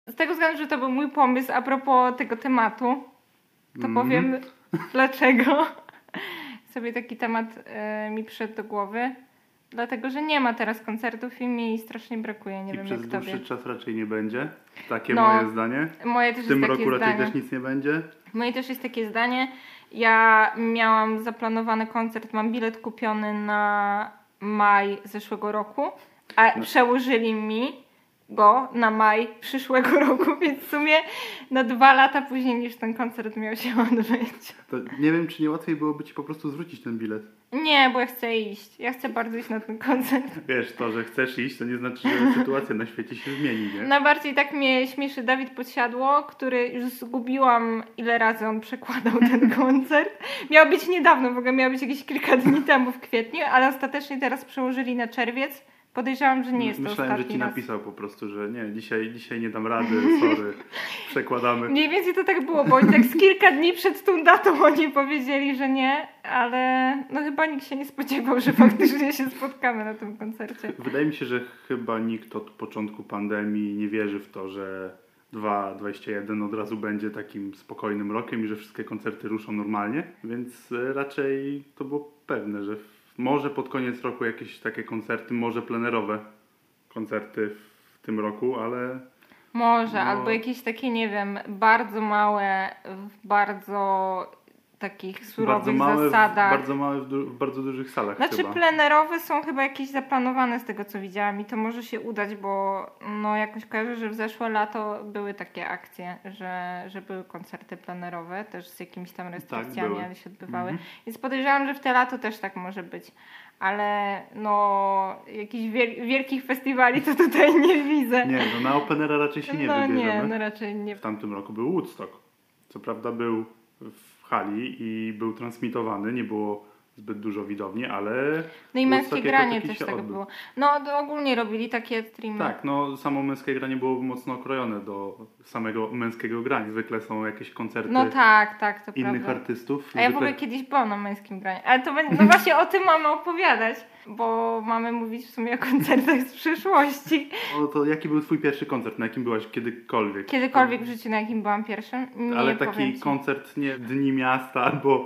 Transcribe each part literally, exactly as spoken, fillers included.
Z tego względu, że to był mój pomysł a propos tego tematu, to mm. powiem dlaczego sobie taki temat y, mi przyszedł do głowy. Dlatego, że nie ma teraz koncertów i mi strasznie brakuje. Nie I wiem, przez jak dłuższy tobie. czas raczej nie będzie. Takie no, moje zdanie. Moje też w tym jest roku takie raczej zdanie. też nic nie będzie. Moje też jest takie zdanie. Ja miałam zaplanowany koncert, mam bilet kupiony na maj zeszłego roku, a no. przełożyli mi go na maj przyszłego roku, więc w sumie na dwa lata później niż ten koncert miał się odbyć. To nie wiem, czy nie łatwiej byłoby ci po prostu zwrócić ten bilet. Nie, bo ja chcę iść. Ja chcę bardzo iść na ten koncert. Wiesz, to, że chcesz iść, to nie znaczy, że sytuacja na świecie się zmieni, nie? Najbardziej tak mnie śmieszy Dawid Podsiadło, który już zgubiłam, ile razy on przekładał ten koncert. Miał być niedawno, w ogóle miał być jakieś kilka dni temu w kwietniu, ale ostatecznie teraz przełożyli na czerwiec. Podejrzewam, że nie jest to Myślałem, ostatni że ci raz. napisał po prostu, że nie, dzisiaj, dzisiaj nie dam rady, sorry, przekładamy. Mniej więcej to tak było, bo oni tak z kilka dni przed tą datą oni powiedzieli, że nie, ale no chyba nikt się nie spodziewał, że faktycznie się spotkamy na tym koncercie. Wydaje mi się, że chyba nikt od początku pandemii nie wierzy w to, że dwa tysiące dwudziesty pierwszy od razu będzie takim spokojnym rokiem i że wszystkie koncerty ruszą normalnie, więc raczej to było pewne, że może pod koniec roku jakieś takie koncerty, może plenerowe koncerty w tym roku, ale... Może, no... albo jakieś takie, nie wiem, bardzo małe, w bardzo takich surowych bardzo małe zasadach. W, bardzo małe w, du- w bardzo dużych salach Znaczy chyba. plenerowe są chyba jakieś zaplanowane z tego, co widziałam i to może się udać, bo no jakoś kojarzę, że w zeszłe lato były takie akcje, że, że były koncerty plenerowe, też z jakimiś tam restrykcjami, tak, ale się odbywały. Mhm. Więc podejrzewam, że w te lato też tak może być. Ale no jakichś wiel- wielkich festiwali to tutaj nie widzę. Nie, no na Openera raczej się nie no wybierzemy. Nie, no raczej nie. W tamtym roku był Woodstock. Co prawda był w hali i był transmitowany, nie było zbyt dużo widowni, ale... No i męskie granie też się tego odbył. było. No ogólnie robili takie streamy. Tak, no samo męskie granie było mocno okrojone do samego męskiego grania. Zwykle są jakieś koncerty no tak, tak, to innych prawda. artystów. A Zwykle... ja w ogóle kiedyś byłam na męskim graniu. Ale to będzie, no właśnie o tym mamy opowiadać, bo mamy mówić w sumie o koncertach z przyszłości. No to jaki był twój pierwszy koncert, na jakim byłaś kiedykolwiek? Kiedykolwiek w życiu, na jakim byłam pierwszym? Nie, ale taki powiem ci. koncert nie Dni Miasta albo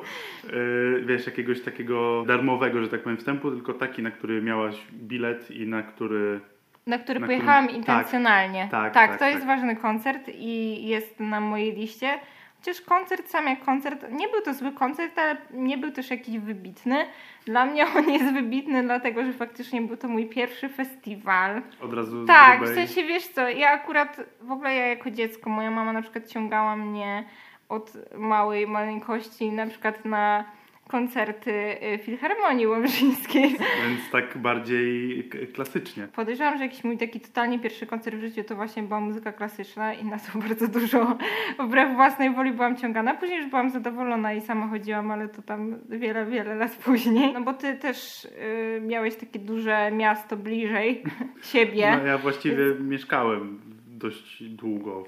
yy, wiesz, jakiegoś takiego darmowego, że tak powiem, wstępu, tylko taki, na który miałaś bilet i na który... Na który na pojechałam którym... intencjonalnie. Tak, tak, tak, tak to tak. jest ważny koncert i jest na mojej liście. Chociaż koncert sam jak koncert, nie był to zły koncert, ale nie był też jakiś wybitny. Dla mnie on jest wybitny, dlatego że faktycznie był to mój pierwszy festiwal. Od razu Tak, grubej... w sensie wiesz co, ja akurat, w ogóle ja jako dziecko, moja mama na przykład ciągała mnie od małej maleńkości na przykład na koncerty Filharmonii Łomżyńskiej. Więc tak bardziej k- klasycznie. Podejrzewam, że jakiś mój taki totalnie pierwszy koncert w życiu to właśnie była muzyka klasyczna i na to bardzo dużo wbrew własnej woli byłam ciągana. Później już byłam zadowolona i sama chodziłam, ale to tam wiele, wiele lat później. No bo ty też y, miałeś takie duże miasto bliżej siebie. No ja właściwie mieszkałem dość długo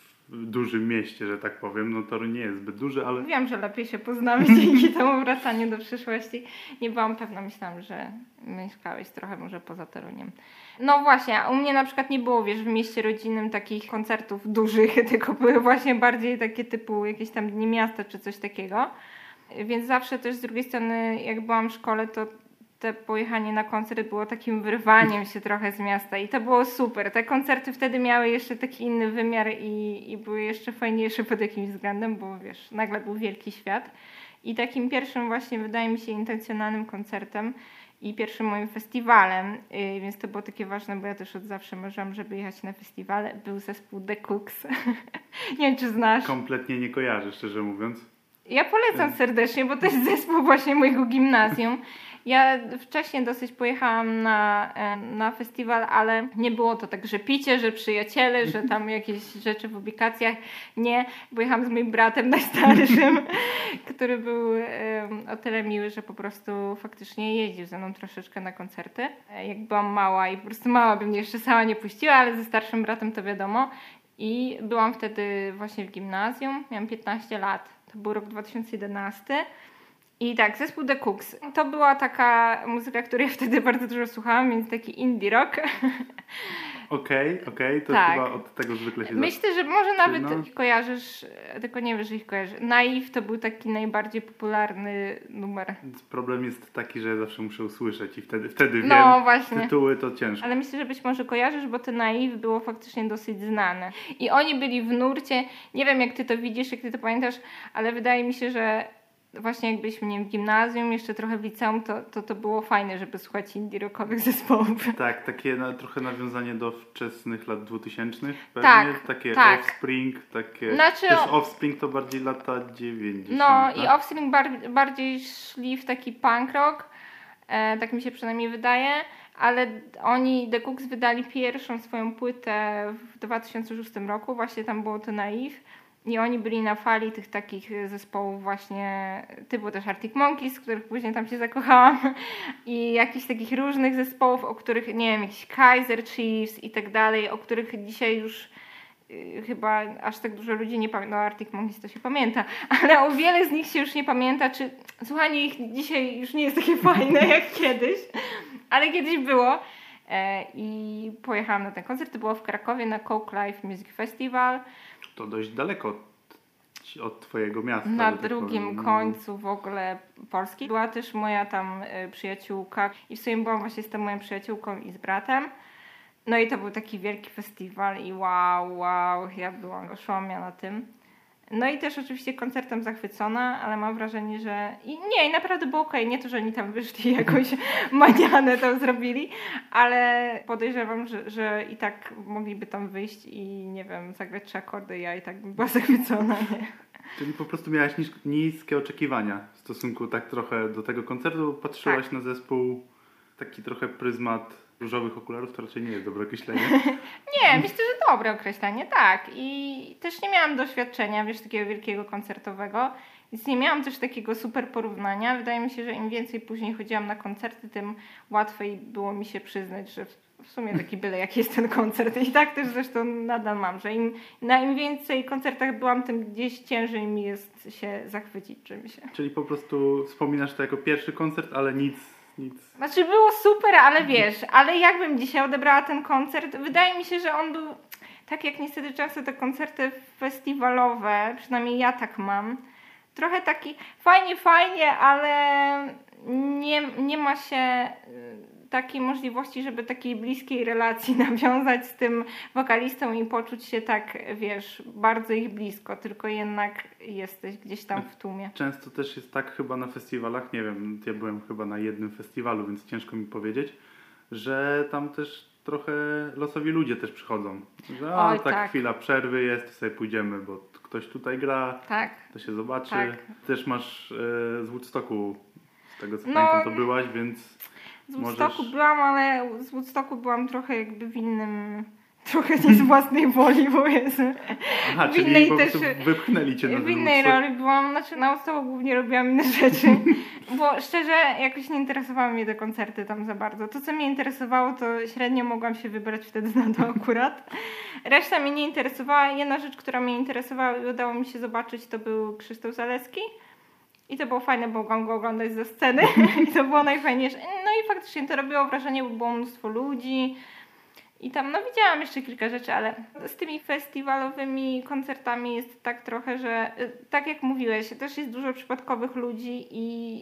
w dużym mieście, że tak powiem. No Toruń nie jest zbyt duży, ale... Wiem, że lepiej się poznamy dzięki temu wracaniu do przyszłości. Nie byłam pewna, myślałam, że mieszkałeś trochę może poza Toruniem. No właśnie, a u mnie na przykład nie było, wiesz, w mieście rodzinnym takich koncertów dużych, tylko były właśnie bardziej takie typu jakieś tam Dni Miasta czy coś takiego. Więc zawsze też z drugiej strony, jak byłam w szkole, to te pojechanie na koncert było takim wyrwaniem się trochę z miasta i to było super. Te koncerty wtedy miały jeszcze taki inny wymiar i, i były jeszcze fajniejsze pod jakimś względem, bo wiesz, nagle był wielki świat. I takim pierwszym właśnie, wydaje mi się, intencjonalnym koncertem i pierwszym moim festiwalem, yy, więc to było takie ważne, bo ja też od zawsze marzyłam, żeby jechać na festiwale, był zespół The Cooks. Nie wiem, czy znasz. Kompletnie nie kojarzę, szczerze mówiąc. Ja polecam serdecznie, bo to jest zespół właśnie mojego gimnazjum. Ja wcześniej dosyć pojechałam na, na festiwal, ale nie było to tak, że picie, że przyjaciele, że tam jakieś rzeczy w publikacjach. Nie, pojechałam z moim bratem najstarszym, który był um, o tyle miły, że po prostu faktycznie jeździł ze mną troszeczkę na koncerty. Jak byłam mała i po prostu mała by mnie jeszcze sama nie puściła, ale ze starszym bratem to wiadomo. I byłam wtedy właśnie w gimnazjum, miałam piętnaście lat, to był rok dwa tysiące jedenasty. I tak, zespół The Cooks. To była taka muzyka, której wtedy bardzo dużo słuchałam, więc taki indie rock. Okej, okay, okej, okay. To tak. chyba od tego zwykle się Myślę, że może nawet no? kojarzysz, tylko nie wiesz, że ich kojarzysz. Naive to był taki najbardziej popularny numer. Problem jest taki, że ja zawsze muszę usłyszeć i wtedy, wtedy no, wiem, właśnie. Tytuły to ciężko. Ale myślę, że być może kojarzysz, bo to Naive było faktycznie dosyć znane. I oni byli w nurcie, nie wiem jak ty to widzisz, jak ty to pamiętasz, ale wydaje mi się, że właśnie jak byliśmy nie wiem, w gimnazjum, jeszcze trochę w liceum, to, to, to było fajne, żeby słuchać indie rockowych zespołów. Tak, takie na, trochę nawiązanie do wczesnych lat dwutysięcznych pewnie. Tak, takie tak. Offspring, takie... Znaczy, też Offspring to bardziej lata dziewięćdziesiąte. No tak? i Offspring bar- bardziej szli w taki punk rock, e, tak mi się przynajmniej wydaje, ale oni, The Cooks, wydali pierwszą swoją płytę w dwa tysiące szóstym roku, właśnie tam było to Naive. I oni byli na fali tych takich zespołów właśnie, typu też Arctic Monkeys, w których później tam się zakochałam. I jakichś takich różnych zespołów, o których, nie wiem, jakiś Kaiser Chiefs i tak dalej, o których dzisiaj już yy, chyba aż tak dużo ludzi nie pamięta. No Arctic Monkeys to się pamięta, ale o wiele z nich się już nie pamięta, czy słuchanie ich dzisiaj już nie jest takie fajne jak kiedyś, ale kiedyś było. I pojechałam na ten koncert, to było w Krakowie na Coke Live Music Festival. To dość daleko od, od twojego miasta. Na tak drugim powiem. końcu w ogóle Polski. Była też moja tam y, przyjaciółka i w sumie byłam właśnie z tą moją przyjaciółką i z bratem. No i to był taki wielki festiwal i wow, wow, ja byłam oszołomiona tym. No i też oczywiście koncertem zachwycona, ale mam wrażenie, że... I nie, i naprawdę było okej. Nie to, że oni tam wyszli jakoś manianę tam zrobili, ale podejrzewam, że, że i tak mogliby tam wyjść i nie wiem, zagrać trzy akordy, ja i tak bym była zachwycona, nie? Czyli po prostu miałaś nis- niskie oczekiwania w stosunku tak trochę do tego koncertu. Patrzyłaś tak. na zespół, taki trochę pryzmat różowych okularów, to raczej nie jest dobre określenie. Nie, myślę, że dobre określenie, tak. I też nie miałam doświadczenia, wiesz, takiego wielkiego koncertowego, więc nie miałam też takiego super porównania. Wydaje mi się, że im więcej później chodziłam na koncerty, tym łatwiej było mi się przyznać, że w sumie taki byle jaki jest ten koncert. I tak też zresztą nadal mam, że im, na im więcej koncertach byłam, tym gdzieś ciężej mi jest się zachwycić czymś. Czyli po prostu wspominasz to jako pierwszy koncert, ale nic... Nic. Znaczy było super, ale wiesz, ale jakbym dzisiaj odebrała ten koncert, wydaje mi się, że on był, tak jak niestety często te koncerty festiwalowe, przynajmniej ja tak mam, trochę taki fajnie, fajnie, ale nie, nie ma się takiej możliwości, żeby takiej bliskiej relacji nawiązać z tym wokalistą i poczuć się tak, wiesz, bardzo ich blisko, tylko jednak jesteś gdzieś tam w tłumie. Często też jest tak chyba na festiwalach, nie wiem, ja byłem chyba na jednym festiwalu, więc ciężko mi powiedzieć, że tam też trochę losowi ludzie też przychodzą. Że a, Oj, tak, tak chwila przerwy jest, to sobie pójdziemy, bo ktoś tutaj gra, tak, to się zobaczy. tak. Też masz e, z Woodstocku, z tego co no, pamiętam, to byłaś, więc z Woodstocku możesz... byłam, ale z Woodstocku byłam trochę jakby w innym, trochę nie z własnej woli, bo jest Aha, w czyli innej po też, prostu wypchnęli cię na w innej Woodstock. roli byłam, znaczy na Woodstocku głównie robiłam inne rzeczy, bo szczerze jakoś nie interesowały mnie te koncerty tam za bardzo. To co mnie interesowało, to średnio mogłam się wybrać wtedy na to akurat. Reszta mnie nie interesowała. Jedna rzecz, która mnie interesowała i udało mi się zobaczyć, to był Krzysztof Zalewski. I to było fajne, bo mogłam go oglądać ze sceny i to było najfajniejsze. No i faktycznie to robiło wrażenie, bo było mnóstwo ludzi i tam, no widziałam jeszcze kilka rzeczy, ale z tymi festiwalowymi koncertami jest tak trochę, że tak jak mówiłeś, też jest dużo przypadkowych ludzi i,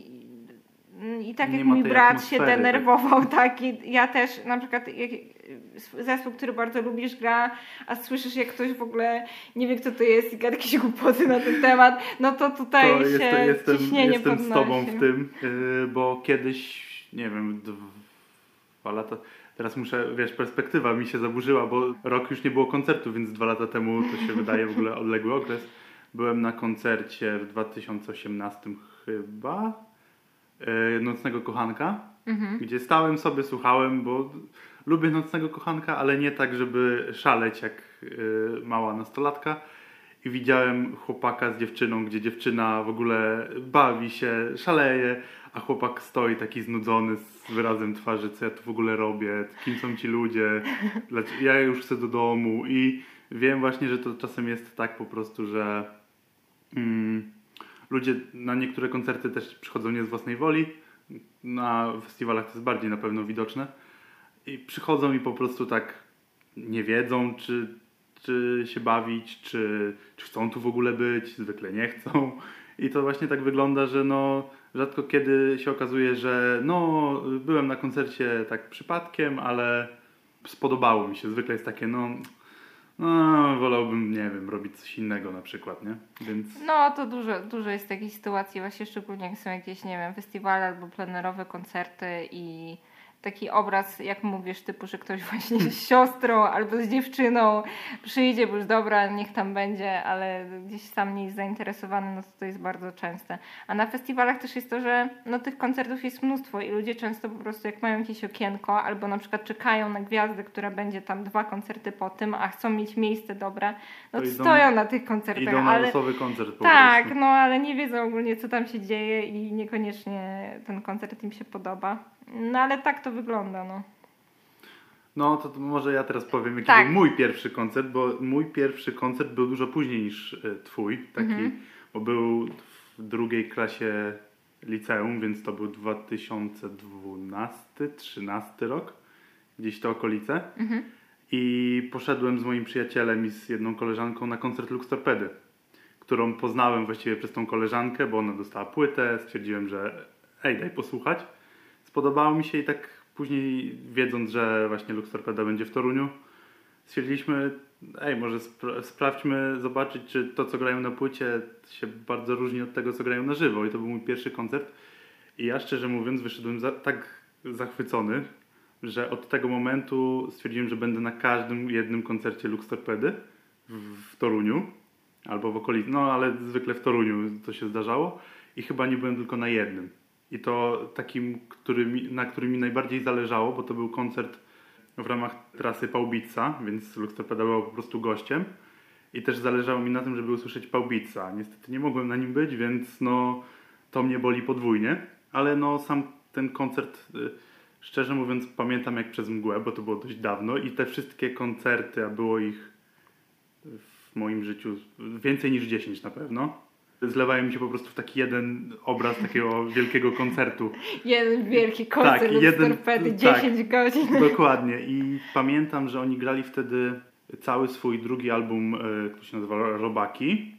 i tak Nie jak ma mój tej brat się atmosfery, denerwował, tak, tak i ja też na przykład jak, zespół, który bardzo lubisz, gra, a słyszysz jak ktoś w ogóle nie wie kto to jest i gada jakieś głupoty na ten temat, no to tutaj to się jest, jestem, ciśnienie jestem podnosi. z tobą w tym, yy, bo kiedyś, nie wiem, dwa lata, teraz muszę, wiesz, perspektywa mi się zaburzyła, bo rok już nie było koncertu, więc dwa lata temu, to się wydaje w ogóle odległy okres, byłem na koncercie w dwa tysiące osiemnastym chyba, yy, Nocnego Kochanka, mhm. gdzie stałem sobie, słuchałem, bo lubię Nocnego Kochanka, ale nie tak, żeby szaleć jak yy, mała nastolatka. I widziałem chłopaka z dziewczyną, gdzie dziewczyna w ogóle bawi się, szaleje, a chłopak stoi taki znudzony z wyrazem twarzy, co ja tu w ogóle robię, kim są ci ludzie, ja już chcę do domu. I wiem właśnie, że to czasem jest tak po prostu, że mm, ludzie na niektóre koncerty też przychodzą nie z własnej woli. Na festiwalach to jest bardziej na pewno widoczne. I przychodzą i po prostu tak nie wiedzą, czy, czy się bawić, czy, czy chcą tu w ogóle być, zwykle nie chcą. I to właśnie tak wygląda, że no rzadko kiedy się okazuje, że no byłem na koncercie tak przypadkiem, ale spodobało mi się. Zwykle jest takie no, no wolałbym, nie wiem, robić coś innego na przykład, nie? Więc... No to dużo, dużo jest takich sytuacji, właśnie szczególnie jak są jakieś, nie wiem, festiwale albo plenerowe koncerty i taki obraz, jak mówisz, typu, że ktoś właśnie z siostrą albo z dziewczyną przyjdzie, bo już dobra, niech tam będzie, ale gdzieś sam nie jest zainteresowany, no to to jest bardzo częste. A na festiwalach też jest to, że no tych koncertów jest mnóstwo i ludzie często po prostu jak mają jakieś okienko albo na przykład czekają na gwiazdę, która będzie tam dwa koncerty po tym, a chcą mieć miejsce dobre, no to, to idą, stoją na tych koncertach. Idą na ale losowy koncert po tak, prostu. no ale nie wiedzą ogólnie, co tam się dzieje i niekoniecznie ten koncert im się podoba. No ale tak to wygląda, no. No to, to może ja teraz powiem, jaki tak. był mój pierwszy koncert, bo mój pierwszy koncert był dużo później niż y, twój, taki, mhm. bo był w drugiej klasie liceum, więc to był dwa tysiące dwunasty trzynasty rok, gdzieś te okolice. Mhm. I poszedłem z moim przyjacielem i z jedną koleżanką na koncert Lux Torpedy, którą poznałem właściwie przez tą koleżankę, bo ona dostała płytę, stwierdziłem, że ej, daj posłuchać. Spodobało mi się i tak później, wiedząc, że właśnie Lux Torpeda będzie w Toruniu, stwierdziliśmy, ej, może spra- sprawdźmy, zobaczyć, czy to, co grają na płycie, się bardzo różni od tego, co grają na żywo. I to był mój pierwszy koncert. I ja, szczerze mówiąc, wyszedłem za- tak zachwycony, że od tego momentu stwierdziłem, że będę na każdym jednym koncercie Lux Torpedy w, w Toruniu, albo w okolicy, no ale zwykle w Toruniu to się zdarzało. I chyba nie byłem tylko na jednym. I to takim, który mi, na którym mi najbardziej zależało, bo to był koncert w ramach trasy Pałbica, więc Lux Torpeda była po prostu gościem. I też zależało mi na tym, żeby usłyszeć Pałbica. Niestety nie mogłem na nim być, więc no to mnie boli podwójnie. Ale no sam ten koncert, szczerze mówiąc, pamiętam jak przez mgłę, bo to było dość dawno. I te wszystkie koncerty, a było ich w moim życiu więcej niż dziesięć na pewno, zlewają mi się po prostu w taki jeden obraz takiego wielkiego koncertu. Jeden wielki koncert tak, Lux Torpedy, dziesięć tak, godzin. Dokładnie. I pamiętam, że oni grali wtedy cały swój drugi album, który się nazywa Robaki.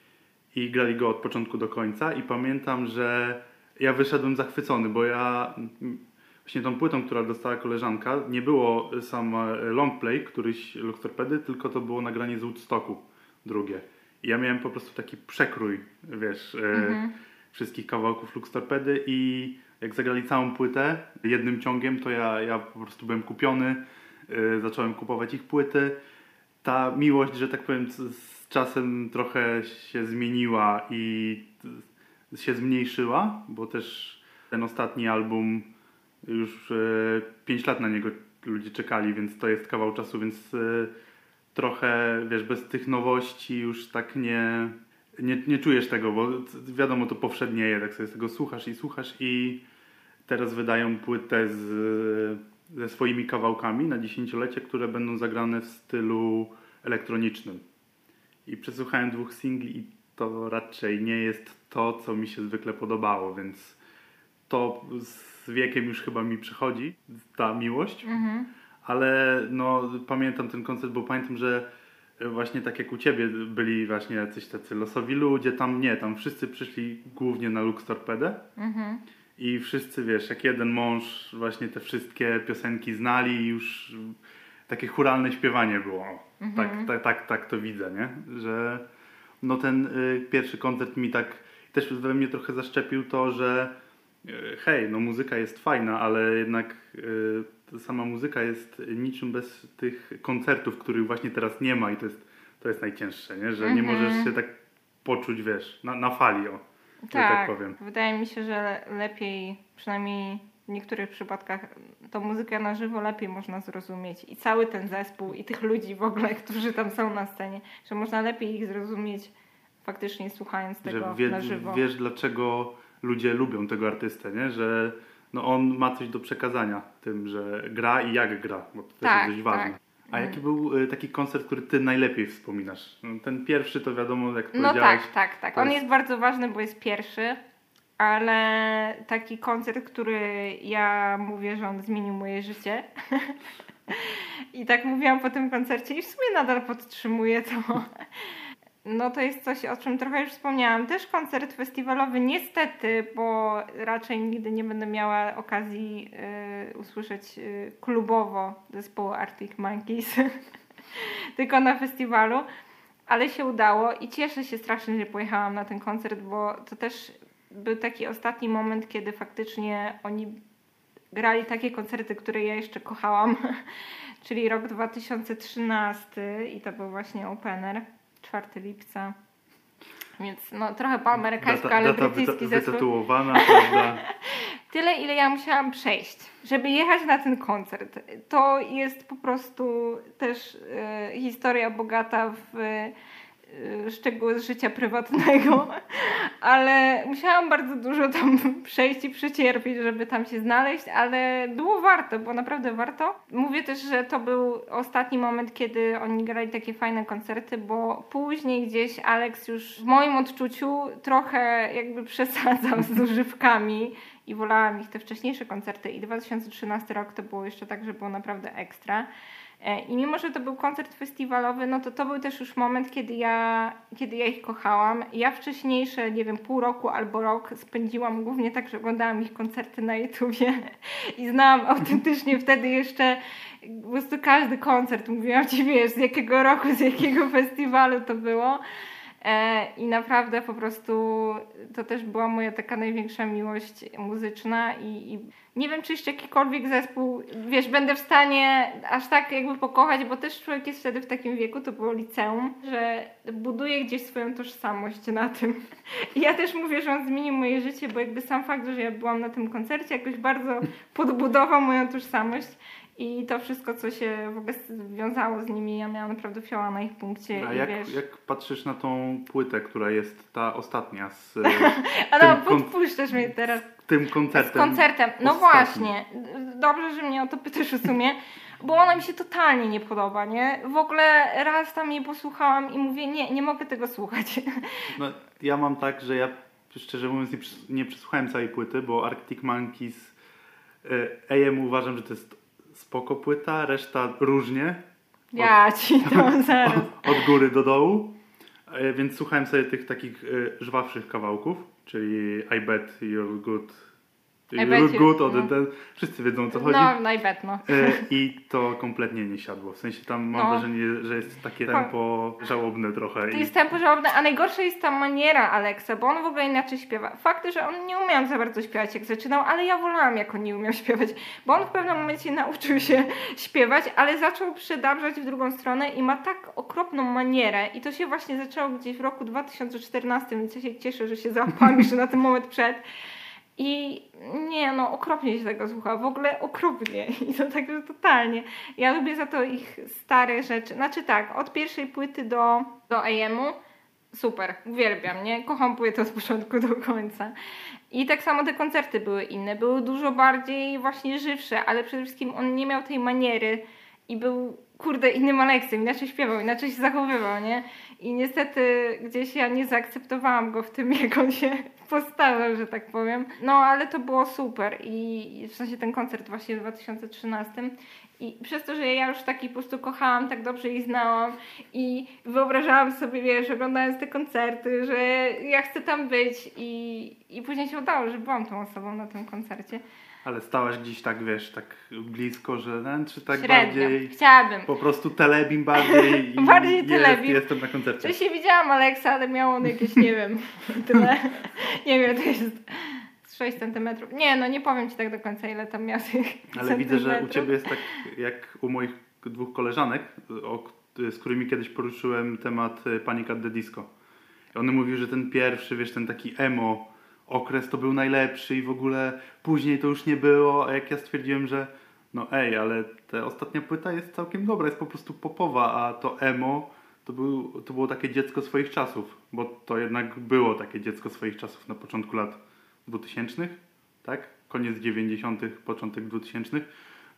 I grali go od początku do końca. I pamiętam, że ja wyszedłem zachwycony, bo ja właśnie tą płytą, która dostała koleżanka, nie było sam longplay któryś Lux Torpedy, tylko to było nagranie z Woodstocku drugie. I ja miałem po prostu taki przekrój, wiesz, mhm. e, wszystkich kawałków Lux Torpedy i jak zagrali całą płytę jednym ciągiem, to ja, ja po prostu byłem kupiony, e, zacząłem kupować ich płyty. Ta miłość, że tak powiem, z, z czasem trochę się zmieniła i się zmniejszyła, bo też ten ostatni album już e, pięć lat na niego ludzie czekali, więc to jest kawał czasu, więc... E, trochę, wiesz, bez tych nowości już tak nie, nie, nie czujesz tego, bo wiadomo, to powszednieje, tak sobie z tego słuchasz i słuchasz i teraz wydają płytę z, ze swoimi kawałkami na dziesięciolecie, które będą zagrane w stylu elektronicznym. I przesłuchałem dwóch singli i to raczej nie jest to, co mi się zwykle podobało, więc to z wiekiem już chyba mi przychodzi, ta miłość. Mhm. Ale no pamiętam ten koncert, bo pamiętam, że właśnie tak jak u ciebie byli właśnie jacyś tacy losowi ludzie, tam nie, tam wszyscy przyszli głównie na Lux Torpedę mhm. i wszyscy, wiesz, jak jeden mąż właśnie te wszystkie piosenki znali i już takie chóralne śpiewanie było. Mhm. Tak, tak, tak, tak to widzę, nie? Że no ten y, pierwszy koncert mi tak też we mnie trochę zaszczepił to, że y, hej, no muzyka jest fajna, ale jednak y, sama muzyka jest niczym bez tych koncertów, których właśnie teraz nie ma i to jest, to jest najcięższe, nie? Że mm-hmm. nie możesz się tak poczuć, wiesz, na, na fali, o, tak, tak powiem. Wydaje mi się, że lepiej, przynajmniej w niektórych przypadkach, tą muzykę na żywo lepiej można zrozumieć i cały ten zespół i tych ludzi w ogóle, którzy tam są na scenie, że można lepiej ich zrozumieć faktycznie słuchając tego że wie, na żywo. Wiesz, dlaczego ludzie lubią tego artystę, nie? Że no on ma coś do przekazania tym, że gra i jak gra, bo to tak, jest dość ważne. Tak. A jaki był y, taki koncert, który ty najlepiej wspominasz? No, ten pierwszy to wiadomo, jak No powiedziałeś. tak, tak, tak. to On jest- jest bardzo ważny, bo jest pierwszy, ale taki koncert, który ja mówię, że on zmienił moje życie. I tak mówiłam po tym koncercie i w sumie nadal podtrzymuję to. No to jest coś, o czym trochę już wspomniałam. Też koncert festiwalowy, niestety, bo raczej nigdy nie będę miała okazji y, usłyszeć y, klubowo zespołu Arctic Monkeys, tylko na festiwalu. Ale się udało i cieszę się strasznie, że pojechałam na ten koncert, bo to też był taki ostatni moment, kiedy faktycznie oni grali takie koncerty, które ja jeszcze kochałam, czyli rok dwa tysiące trzynasty i to był właśnie opener, czwartego lipca. Więc no trochę po amerykańsku, data, ale data brytyjski wyta- zespół. wytatuowana, prawda? Tyle, ile ja musiałam przejść, żeby jechać na ten koncert. To jest po prostu też e, historia bogata w e, szczegóły z życia prywatnego, ale musiałam bardzo dużo tam przejść i przecierpieć, żeby tam się znaleźć, ale było warto, bo naprawdę warto. Mówię też, że to był ostatni moment, kiedy oni grali takie fajne koncerty, bo później gdzieś Alex już w moim odczuciu trochę jakby przesadzał z używkami i wolałam ich te wcześniejsze koncerty i dwa tysiące trzynasty rok to było jeszcze tak, że było naprawdę ekstra. I mimo, że to był koncert festiwalowy, no to to był też już moment, kiedy ja, kiedy ja ich kochałam. Ja wcześniejsze, nie wiem, pół roku albo rok spędziłam głównie tak, że oglądałam ich koncerty na YouTubie i znałam autentycznie wtedy jeszcze po prostu każdy koncert. Mówiłam ci, wiesz, z jakiego roku, z jakiego festiwalu to było. I naprawdę po prostu to też była moja taka największa miłość muzyczna i, i nie wiem, czy jeszcze jakikolwiek zespół, wiesz, będę w stanie aż tak jakby pokochać, bo też człowiek jest wtedy w takim wieku, to było liceum, że buduje gdzieś swoją tożsamość na tym. I ja też mówię, że on zmienił moje życie, bo jakby sam fakt, że ja byłam na tym koncercie jakoś bardzo podbudował moją tożsamość. I to wszystko, co się w ogóle wiązało z nimi, ja miałam naprawdę fioła na ich punkcie. A i jak, wiesz... jak patrzysz na tą płytę, która jest ta ostatnia z A no, tym kon- podpuszczasz mnie teraz. tym koncertem? Z koncertem. No ostatnim. właśnie. Dobrze, że mnie o to pytasz w sumie, bo ona mi się totalnie nie podoba, nie? W ogóle raz tam jej posłuchałam i mówię, nie, nie mogę tego słuchać. No, ja mam tak, że ja szczerze mówiąc nie, przys- nie przesłuchałem całej płyty, bo Arctic Monkeys y, A M uważam, że to jest spoko płyta, reszta różnie. Ja ci to zaraz. Od, od góry do dołu. Y, więc słuchałem sobie tych takich y, żwawszych kawałków, czyli I Bet You're Good. I You Bet look You- good, o no. ten, ten, wszyscy wiedzą o co chodzi. No, najbet, no. Y, I to kompletnie nie siadło. W sensie tam mam No. wrażenie, że jest takie tempo żałobne trochę. To i- jest tempo żałobne, a najgorsza jest ta maniera Alexa, bo on w ogóle inaczej śpiewa. Fakt, że on nie umiał za bardzo śpiewać jak zaczynał, ale ja wolałam jak on nie umiał śpiewać, bo on w pewnym momencie nauczył się śpiewać, ale zaczął przedabrzać w drugą stronę i ma tak okropną manierę i to się właśnie zaczęło gdzieś w roku dwa tysiące czternastym, więc ja się cieszę, że się załapałam jeszcze na ten moment przed. I nie, no okropnie się tego słucha, w ogóle okropnie i to tak, że totalnie. Ja lubię za to ich stare rzeczy, znaczy tak, od pierwszej płyty do, do A M-u super, uwielbiam, nie? Kocham płytę od początku do końca. I tak samo te koncerty były inne, były dużo bardziej właśnie żywsze, ale przede wszystkim on nie miał tej maniery i był, kurde, innym Aleksem, inaczej śpiewał, inaczej się zachowywał, nie? I niestety gdzieś ja nie zaakceptowałam go w tym, jak on się postawił, że tak powiem. No, ale to było super i w sensie ten koncert właśnie w dwa tysiące trzynastym i przez to, że ja już taki po prostu kochałam, tak dobrze ich znałam i wyobrażałam sobie, wiesz, oglądając te koncerty, że ja chcę tam być i, i później się udało, że byłam tą osobą na tym koncercie. Ale stałaś gdzieś tak, wiesz, tak blisko, że no, czy tak Średnio. bardziej... Chciałabym. Po prostu telebim bardziej i Bardziej jest, telebim. jestem na koncercie. Wcześniej widziałam Aleksa, ale miał on jakieś, nie wiem, tyle. Nie wiem, to jest sześć centymetrów. Nie, no nie powiem ci tak do końca, ile tam miał tych Ale widzę, że u centymetrów. ciebie jest tak jak u moich dwóch koleżanek, o, z którymi kiedyś poruszyłem temat Panic at the Disco. I one mówiły, że ten pierwszy, wiesz, ten taki emo okres to był najlepszy i w ogóle później to już nie było, a jak ja stwierdziłem, że no ej, ale ta ostatnia płyta jest całkiem dobra, jest po prostu popowa, a to emo to, był, to było takie dziecko swoich czasów, bo to jednak było takie dziecko swoich czasów na początku lat dwutysięcznych, tak? Koniec dziewięćdziesiątych, początek dwutysięcznych.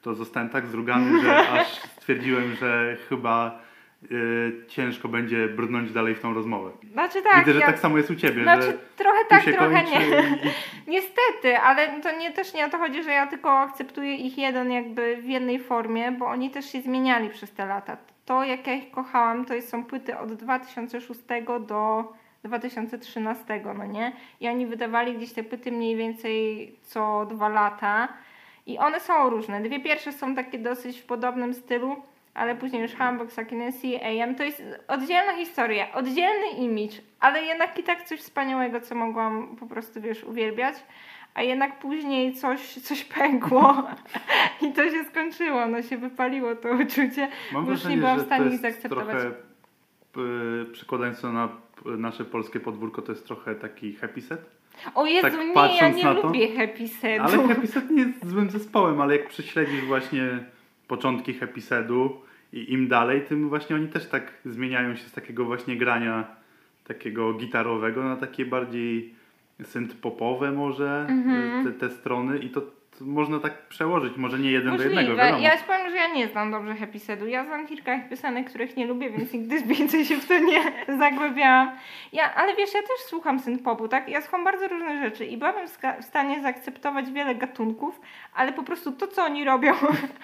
to zostałem tak zrugany, że aż stwierdziłem, że chyba y, ciężko będzie brnąć dalej w tą rozmowę. Znaczy tak, Widzę, że ja... tak samo jest u Ciebie, Znaczy że trochę tu tak, się trochę kończy nie. i- Niestety, ale to nie, też nie o to chodzi, że ja tylko akceptuję ich jeden jakby w jednej formie, bo oni też się zmieniali przez te lata. To, jak ja ich kochałam, to są płyty od dwa tysiące szóstego do dwa tysiące trzynastego, no nie? I oni wydawali gdzieś te płyty mniej więcej co dwa lata i one są różne. Dwie pierwsze są takie dosyć w podobnym stylu, ale później już Hamburg, Sakinesi, A M to jest oddzielna historia, oddzielny image, ale jednak i tak coś wspaniałego, co mogłam po prostu, wiesz, uwielbiać. A jednak później coś, coś pękło i to się skończyło, no się wypaliło to uczucie, Mam bo już nie wrażenie, byłam że w stanie to ich jest zaakceptować. trochę, y, przekładając to na p- nasze polskie podwórko, to jest trochę taki happy set. O Jezu, tak nie, ja patrząc nie na to, lubię Happy Sedu. Ale Happy Set nie jest złym zespołem, ale jak prześledzisz właśnie początki Happy Sedu i im dalej, tym właśnie oni też tak zmieniają się z takiego właśnie grania takiego gitarowego na takie bardziej synth-popowe może Mhm. te, te strony i to, to można tak przełożyć, może nie jeden do jednego, Możliwe. wiadomo. Ja ci powiem, że ja nie znam dobrze Happy Sedu. Ja znam kilka ich piosenek, których nie lubię, więc nigdy więcej się w to nie zagłębiałam. Ja, ale wiesz, ja też słucham synth-popu, tak? Ja słucham bardzo różne rzeczy i byłabym w ska- w stanie zaakceptować wiele gatunków, ale po prostu to, co oni robią...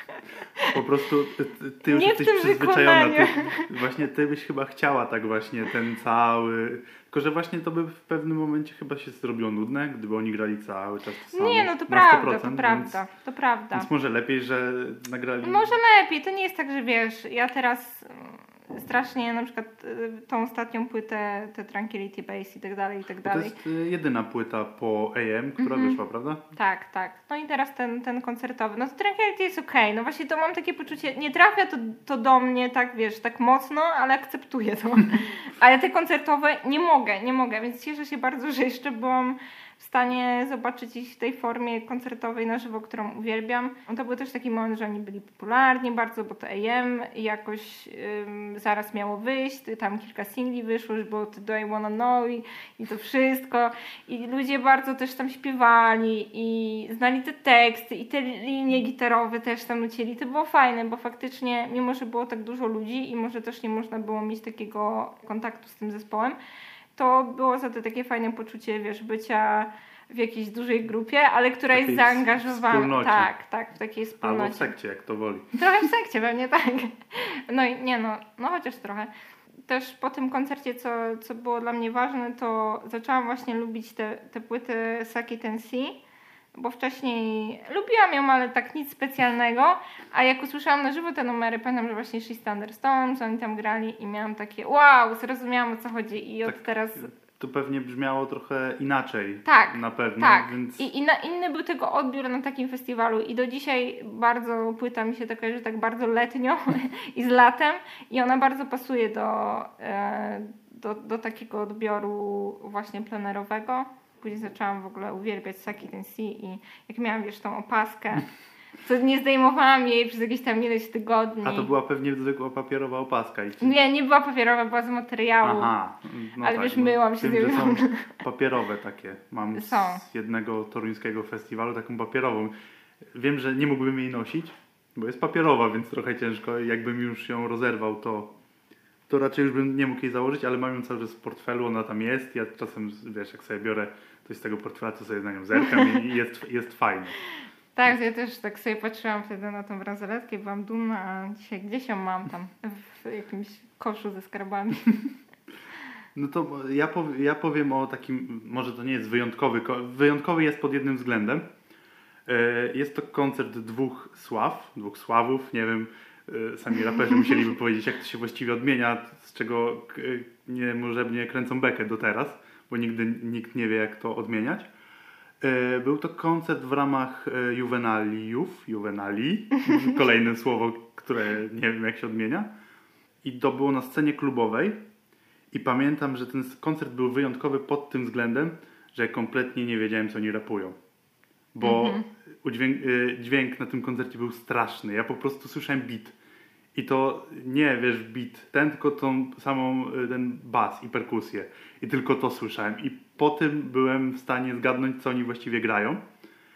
Po prostu ty, ty, ty już Nie w jesteś tym przyzwyczajona. Ty, wykonaniu. właśnie ty byś chyba chciała tak właśnie ten cały... Tylko, że właśnie to by w pewnym momencie chyba się zrobiło nudne, gdyby oni grali cały czas to samo. Nie, no to na prawda, sto procent, to więc, prawda, to prawda. Więc może lepiej, że nagrali... Może lepiej, to nie jest tak, że wiesz, ja teraz mm, strasznie na przykład y, tą ostatnią płytę, te Tranquility Base i tak dalej, i tak Bo to dalej. jest y, jedyna płyta po A M, która Mhm. wyszła, prawda? Tak, tak. No i teraz ten, ten koncertowy. No to Tranquility jest okej. No właśnie to mam takie poczucie, nie trafia to, to do mnie tak, wiesz, tak mocno, ale akceptuję to. Ale te koncertowe nie mogę, nie mogę, więc cieszę się bardzo, że jeszcze byłam w stanie zobaczyć ich w tej formie koncertowej na żywo, którą uwielbiam. No to był też taki moment, że oni byli popularni bardzo, bo to A M jakoś ym, zaraz miało wyjść, tam kilka singli wyszło, już było to Do I Wanna Know i, i to wszystko. I ludzie bardzo też tam śpiewali i znali te teksty i te linie gitarowe też tam lecieli. To było fajne, bo faktycznie, mimo że było tak dużo ludzi i może też nie można było mieć takiego kontaktu z tym zespołem, to było za to takie fajne poczucie, wiesz, bycia w jakiejś dużej grupie, ale która W jest takiej zaangażowana. wspólnocie. Tak, tak, w takiej wspólnocie. Albo w sekcie, jak to woli. Trochę w sekcie pewnie, tak. No i nie no, no chociaż trochę. Też po tym koncercie, co, co było dla mnie ważne, to zaczęłam właśnie lubić te, te płyty Saki Tensei, bo wcześniej lubiłam ją, ale tak nic specjalnego, a jak usłyszałam na żywo te numery, pamiętam, że właśnie She's Thunderstorms, oni tam grali i miałam takie wow, zrozumiałam, o co chodzi i od Tak. teraz... To pewnie brzmiało trochę inaczej. Tak, Na pewno. Tak, Więc... I, i na, inny był tego odbiór na takim festiwalu i do dzisiaj bardzo płyta mi się taka, że tak bardzo letnio i z latem i ona bardzo pasuje do, e, do, do takiego odbioru właśnie plenerowego. Później zaczęłam w ogóle uwielbiać Saki Tensei i jak miałam, wiesz, tą opaskę, to nie zdejmowałam jej przez jakieś tam ileś tygodni. A to była pewnie zwykła papierowa opaska. I... Nie, nie była papierowa, była z materiału. Aha. No Ale tak, wiesz, no, myłam się tym, z nią. że są papierowe takie. Mam Są. z jednego toruńskiego festiwalu taką papierową. Wiem, że nie mógłbym jej nosić, bo jest papierowa, więc trochę ciężko. Jakbym już ją rozerwał, to, to raczej już bym nie mógł jej założyć, ale mam ją cały czas w portfelu, ona tam jest. Ja czasem, wiesz, jak sobie biorę coś z tego portfela, to sobie na nią zerkam i jest, jest fajnie. Tak, ja też tak sobie patrzyłam wtedy na tą bransoletkę i byłam dumna, a dzisiaj gdzieś ją mam tam w jakimś koszu ze skarbami. No to ja, pow- ja powiem o takim, może to nie jest wyjątkowy, ko- wyjątkowy jest pod jednym względem. E, Jest to koncert dwóch sław, dwóch sławów, nie wiem, e, sami raperzy musieliby powiedzieć, jak to się właściwie odmienia, z czego k- nie, może mnie kręcą bekę do teraz, bo nigdy nikt nie wie, jak to odmieniać. E, Był to koncert w ramach e, Juvenaliów, Juvenali, kolejne słowo, które nie wiem, jak się odmienia. I to było na scenie klubowej. I pamiętam, że ten koncert był wyjątkowy pod tym względem, że ja kompletnie nie wiedziałem, co oni rapują. Bo Mhm. udźwięk, y, dźwięk na tym koncercie był straszny. Ja po prostu słyszałem beat. I to nie, wiesz, beat ten, tylko tą samą, y, ten bas i perkusję. I tylko to słyszałem. I po tym byłem w stanie zgadnąć, co oni właściwie grają.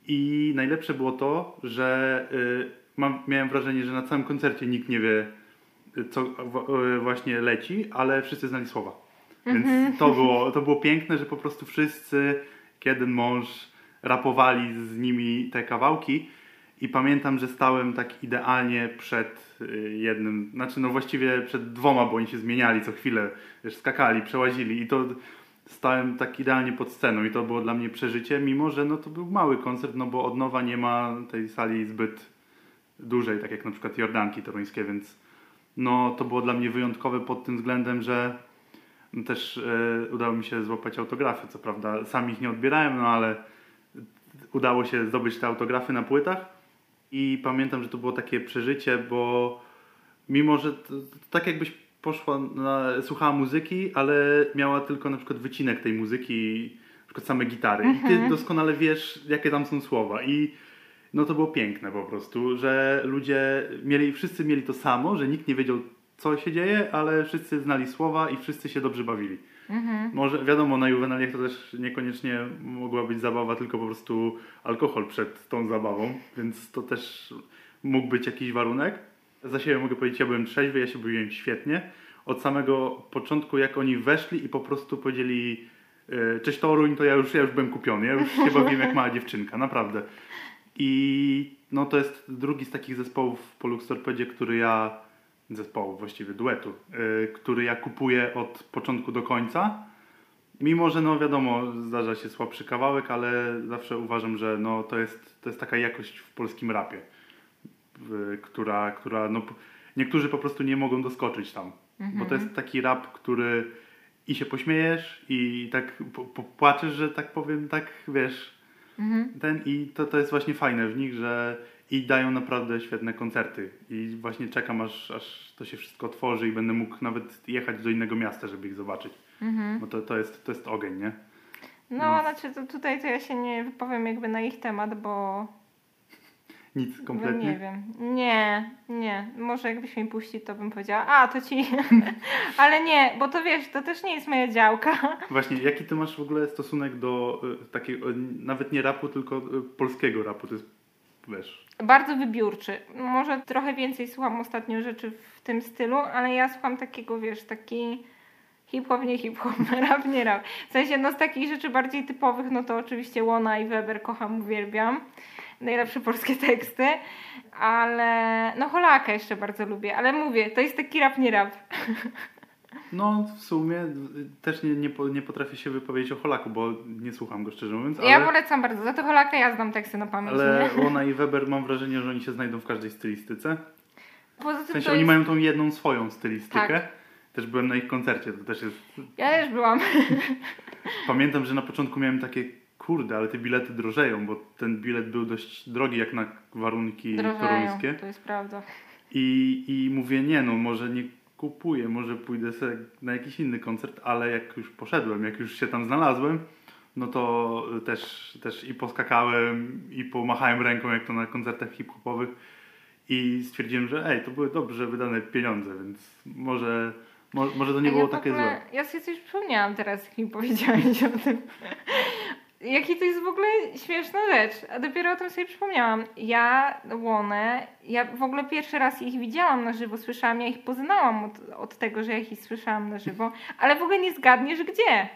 I najlepsze było to, że y, mam, miałem wrażenie, że na całym koncercie nikt nie wie, co w, y, właśnie leci, ale wszyscy znali słowa. Więc mm-hmm. to, było, to było piękne, że po prostu wszyscy, jeden mąż, rapowali z nimi te kawałki. I pamiętam, że stałem tak idealnie przed jednym, znaczy no właściwie przed dwoma, bo oni się zmieniali co chwilę, wiesz, skakali, przełazili i to stałem tak idealnie pod sceną i to było dla mnie przeżycie, mimo że no to był mały koncert, no bo od nowa nie ma tej sali zbyt dużej, tak jak na przykład Jordanki toruńskie, więc no to było dla mnie wyjątkowe pod tym względem, że no też e, udało mi się złapać autografy, co prawda sam ich nie odbierałem, no ale udało się zdobyć te autografy na płytach. I pamiętam, że to było takie przeżycie, bo mimo, że to, to tak jakbyś poszła, na, słuchała muzyki, ale miała tylko na przykład wycinek tej muzyki, na przykład same gitary. Mm-hmm. I ty doskonale wiesz, jakie tam są słowa. I no to było piękne po prostu, że ludzie mieli, wszyscy mieli to samo, że nikt nie wiedział, co się dzieje, ale wszyscy znali słowa i wszyscy się dobrze bawili. Mhm. Może wiadomo, na Juvenaliach to też niekoniecznie mogła być zabawa, tylko po prostu alkohol przed tą zabawą, więc to też mógł być jakiś warunek. Za siebie mogę powiedzieć, ja byłem trzeźwy, ja się bawiłem świetnie. Od samego początku, jak oni weszli i po prostu powiedzieli cześć Toruń, to ja już, ja już byłem kupiony, ja już się bawiłem jak mała dziewczynka, naprawdę. I no to jest drugi z takich zespołów po Luxtorpedzie, który ja zespołu, właściwie duetu, yy, który ja kupuję od początku do końca. Mimo, że no wiadomo, zdarza się słabszy kawałek, ale zawsze uważam, że no to jest, to jest taka jakość w polskim rapie, yy, która, która no niektórzy po prostu nie mogą doskoczyć tam. Mhm. Bo to jest taki rap, który i się pośmiejesz i tak po, popłaczesz, że tak powiem, tak wiesz, mhm. ten i to, to jest właśnie fajne w nich, że i dają naprawdę świetne koncerty. I właśnie czekam, aż, aż to się wszystko otworzy i będę mógł nawet jechać do innego miasta, żeby ich zobaczyć. Mhm. Bo to, to, jest, to jest ogień, nie? No, Więc... znaczy to tutaj to ja się nie wypowiem jakby na ich temat, bo... Nic kompletnie? No nie wiem. Nie, nie. Może jakbyś mi puścił, to bym powiedziała, a to ci... Ale nie, bo to wiesz, to też nie jest moja działka. Właśnie, jaki ty masz w ogóle stosunek do y, takiego, nawet nie rapu, tylko y, polskiego rapu? To jest, wiesz... Bardzo wybiórczy. Może trochę więcej słucham ostatnio rzeczy w tym stylu, ale ja słucham takiego, wiesz, taki hip-hop, nie hip-hop, rap, nie rap. W sensie, no z takich rzeczy bardziej typowych, no to oczywiście Łona i Weber kocham, uwielbiam. Najlepsze polskie teksty. Ale, no Holaka jeszcze bardzo lubię, ale mówię, to jest taki rap, nie rap. No w sumie też nie, nie, nie potrafię się wypowiedzieć o Holaku, bo nie słucham go szczerze mówiąc. Ale... Ja polecam bardzo, za to Holaka ja znam teksty na pamięć. Ale nie? Łona i Weber mam wrażenie, że oni się znajdą w każdej stylistyce. Poza tym w sensie to oni jest... mają tą jedną swoją stylistykę. Tak. Też byłem na ich koncercie, to też jest... Ja też byłam. Pamiętam, że na początku miałem takie, kurde, ale te bilety drożeją, bo ten bilet był dość drogi jak na warunki toruńskie. To jest prawda. I, I mówię, nie no, może nie kupuję, może pójdę sobie na jakiś inny koncert, ale jak już poszedłem, jak już się tam znalazłem, no to też, też i poskakałem, i pomachałem ręką, jak to na koncertach hip-hopowych i stwierdziłem, że ej, to były dobrze wydane pieniądze, więc może, mo, może to nie ja było takie ogóle, złe. Ja sobie coś przypomniałam teraz, jak mi powiedziałeś o tym. Jaki to jest w ogóle śmieszna rzecz, a dopiero o tym sobie przypomniałam. Ja, Łonę, ja w ogóle pierwszy raz ich widziałam na żywo, słyszałam, ja ich poznałam od, od tego, że ja ich słyszałam na żywo, ale w ogóle nie zgadniesz gdzie.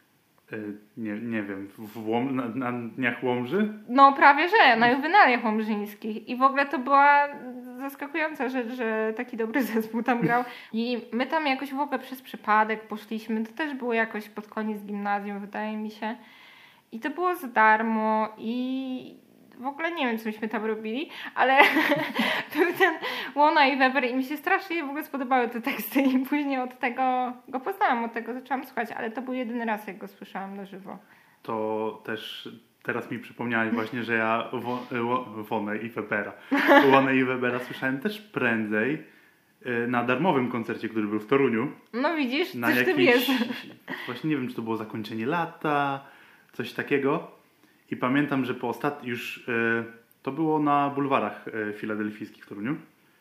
Nie, nie wiem, w Łom, na, na Dniach Łomży? No prawie że, na Juwenaliach Łomżyńskich. I w ogóle to była zaskakująca rzecz, że taki dobry zespół tam grał. I my tam jakoś w ogóle przez przypadek poszliśmy, to też było jakoś pod koniec gimnazjum, wydaje mi się. I to było za darmo i w ogóle nie wiem, co myśmy tam robili, ale był ten Łona i Weber i mi się strasznie w ogóle spodobały te teksty i później od tego go poznałam, od tego zaczęłam słuchać, ale to był jedyny raz, jak go słyszałam na żywo. To też teraz mi przypomniałeś właśnie, że ja Łonę i Webera. Łonę i Webera słyszałem też prędzej na darmowym koncercie, który był w Toruniu. No widzisz, na coś jakimś, ty wiesz. Właśnie nie wiem, czy to było zakończenie lata, coś takiego. I pamiętam, że po ostatnim już y, to było na bulwarach y, filadelfijskich w Toruniu.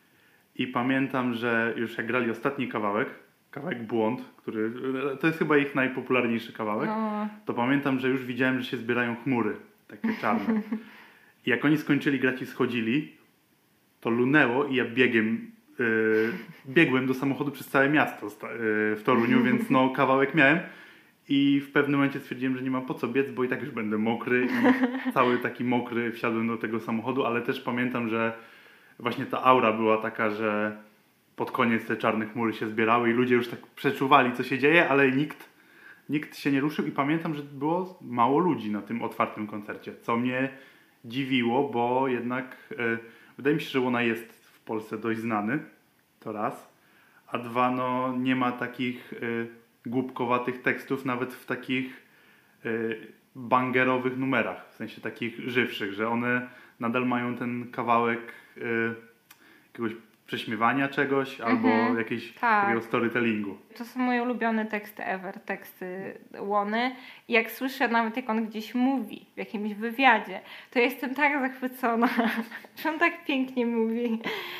I pamiętam, że już jak grali ostatni kawałek, kawałek Błąd, który y, to jest chyba ich najpopularniejszy kawałek, no. To pamiętam, że już widziałem, że się zbierają chmury, takie czarne. I jak oni skończyli grać i schodzili, to lunęło i ja biegiem, yy, biegłem do samochodu przez całe miasto yy, w Toruniu, więc no kawałek miałem. I w pewnym momencie stwierdziłem, że nie mam po co biec, bo i tak już będę mokry. I cały taki mokry wsiadłem do tego samochodu, ale też pamiętam, że właśnie ta aura była taka, że pod koniec te czarne chmury się zbierały i ludzie już tak przeczuwali, co się dzieje, ale nikt, nikt się nie ruszył i pamiętam, że było mało ludzi na tym otwartym koncercie, co mnie dziwiło, bo jednak yy, wydaje mi się, że ona jest w Polsce dość znany, to raz, a dwa, no nie ma takich yy, głupkowatych tekstów nawet w takich yy, bangerowych numerach, w sensie takich żywszych, że one nadal mają ten kawałek yy, jakiegoś prześmiewania czegoś albo Mhm, jakiegoś tak. takiego storytellingu. To są moje ulubione teksty ever, teksty Łony. I jak słyszę nawet jak on gdzieś mówi w jakimś wywiadzie, to jestem tak zachwycona, że on tak pięknie mówi.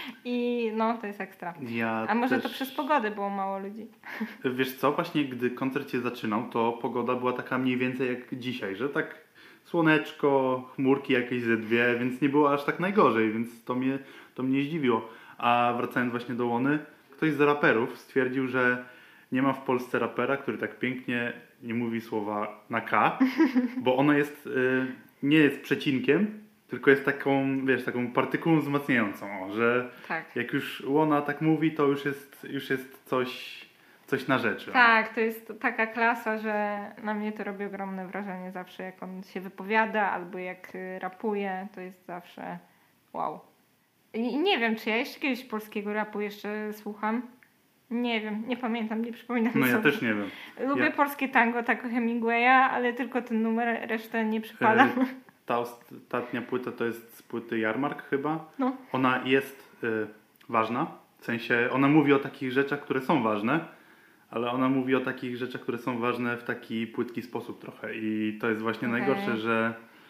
I no, to jest ekstra. Ja A może też... to przez pogodę było mało ludzi? Wiesz co, właśnie gdy koncert się zaczynał, to pogoda była taka mniej więcej jak dzisiaj, że tak słoneczko, chmurki jakieś ze dwie, więc nie było aż tak najgorzej, więc to mnie, to mnie zdziwiło. A wracając właśnie do Łony, ktoś z raperów stwierdził, że nie ma w Polsce rapera, który tak pięknie nie mówi słowa na K, bo ono jest, y, nie jest przecinkiem, tylko jest taką, wiesz, taką partykułą wzmacniającą, o, że Tak. jak już Łona tak mówi, to już jest, już jest coś, coś na rzeczy. Tak, to jest taka klasa, że na mnie to robi ogromne wrażenie zawsze, jak on się wypowiada albo jak y, rapuje, to jest zawsze wow. I nie wiem, czy ja jeszcze kiedyś polskiego rapu jeszcze słucham. Nie wiem, nie pamiętam, nie przypominam No ja sobie. też nie wiem. Lubię Ja... polskie tango, tak o Hemingwaya, ale tylko ten numer, resztę nie przypadam. E, ta ostatnia płyta to jest z płyty Jarmark chyba. No. Ona jest y, ważna, w sensie ona mówi o takich rzeczach, które są ważne, ale ona mówi o takich rzeczach, które są ważne w taki płytki sposób trochę i to jest właśnie Okay. najgorsze, że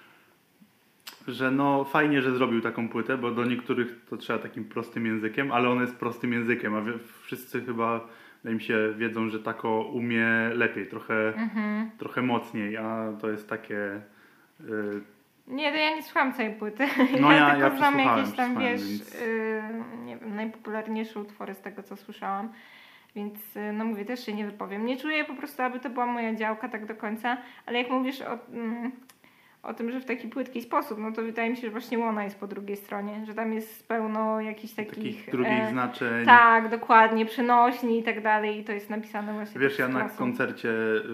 że no fajnie, że zrobił taką płytę, bo do niektórych to trzeba takim prostym językiem, ale on jest prostym językiem, a wszyscy chyba, wydaje mi się, wiedzą, że tako umie lepiej, trochę, Mhm. trochę mocniej, a to jest takie... Y... Nie, to ja nie słucham całej płyty. No ja, tylko ja znam jakieś tam, wiesz, więc... yy, nie wiem, najpopularniejsze utwory z tego, co słyszałam. Więc, yy, no mówię, też się nie wypowiem. Nie czuję po prostu, aby to była moja działka tak do końca, ale jak mówisz o... Mm, o tym, że w taki płytki sposób, no to wydaje mi się, że właśnie Łona jest po drugiej stronie, że tam jest pełno jakichś takich... Takich drugich e, znaczeń. Tak, dokładnie, przenośni i tak dalej i to jest napisane właśnie. Wiesz, ja z na klasą. koncercie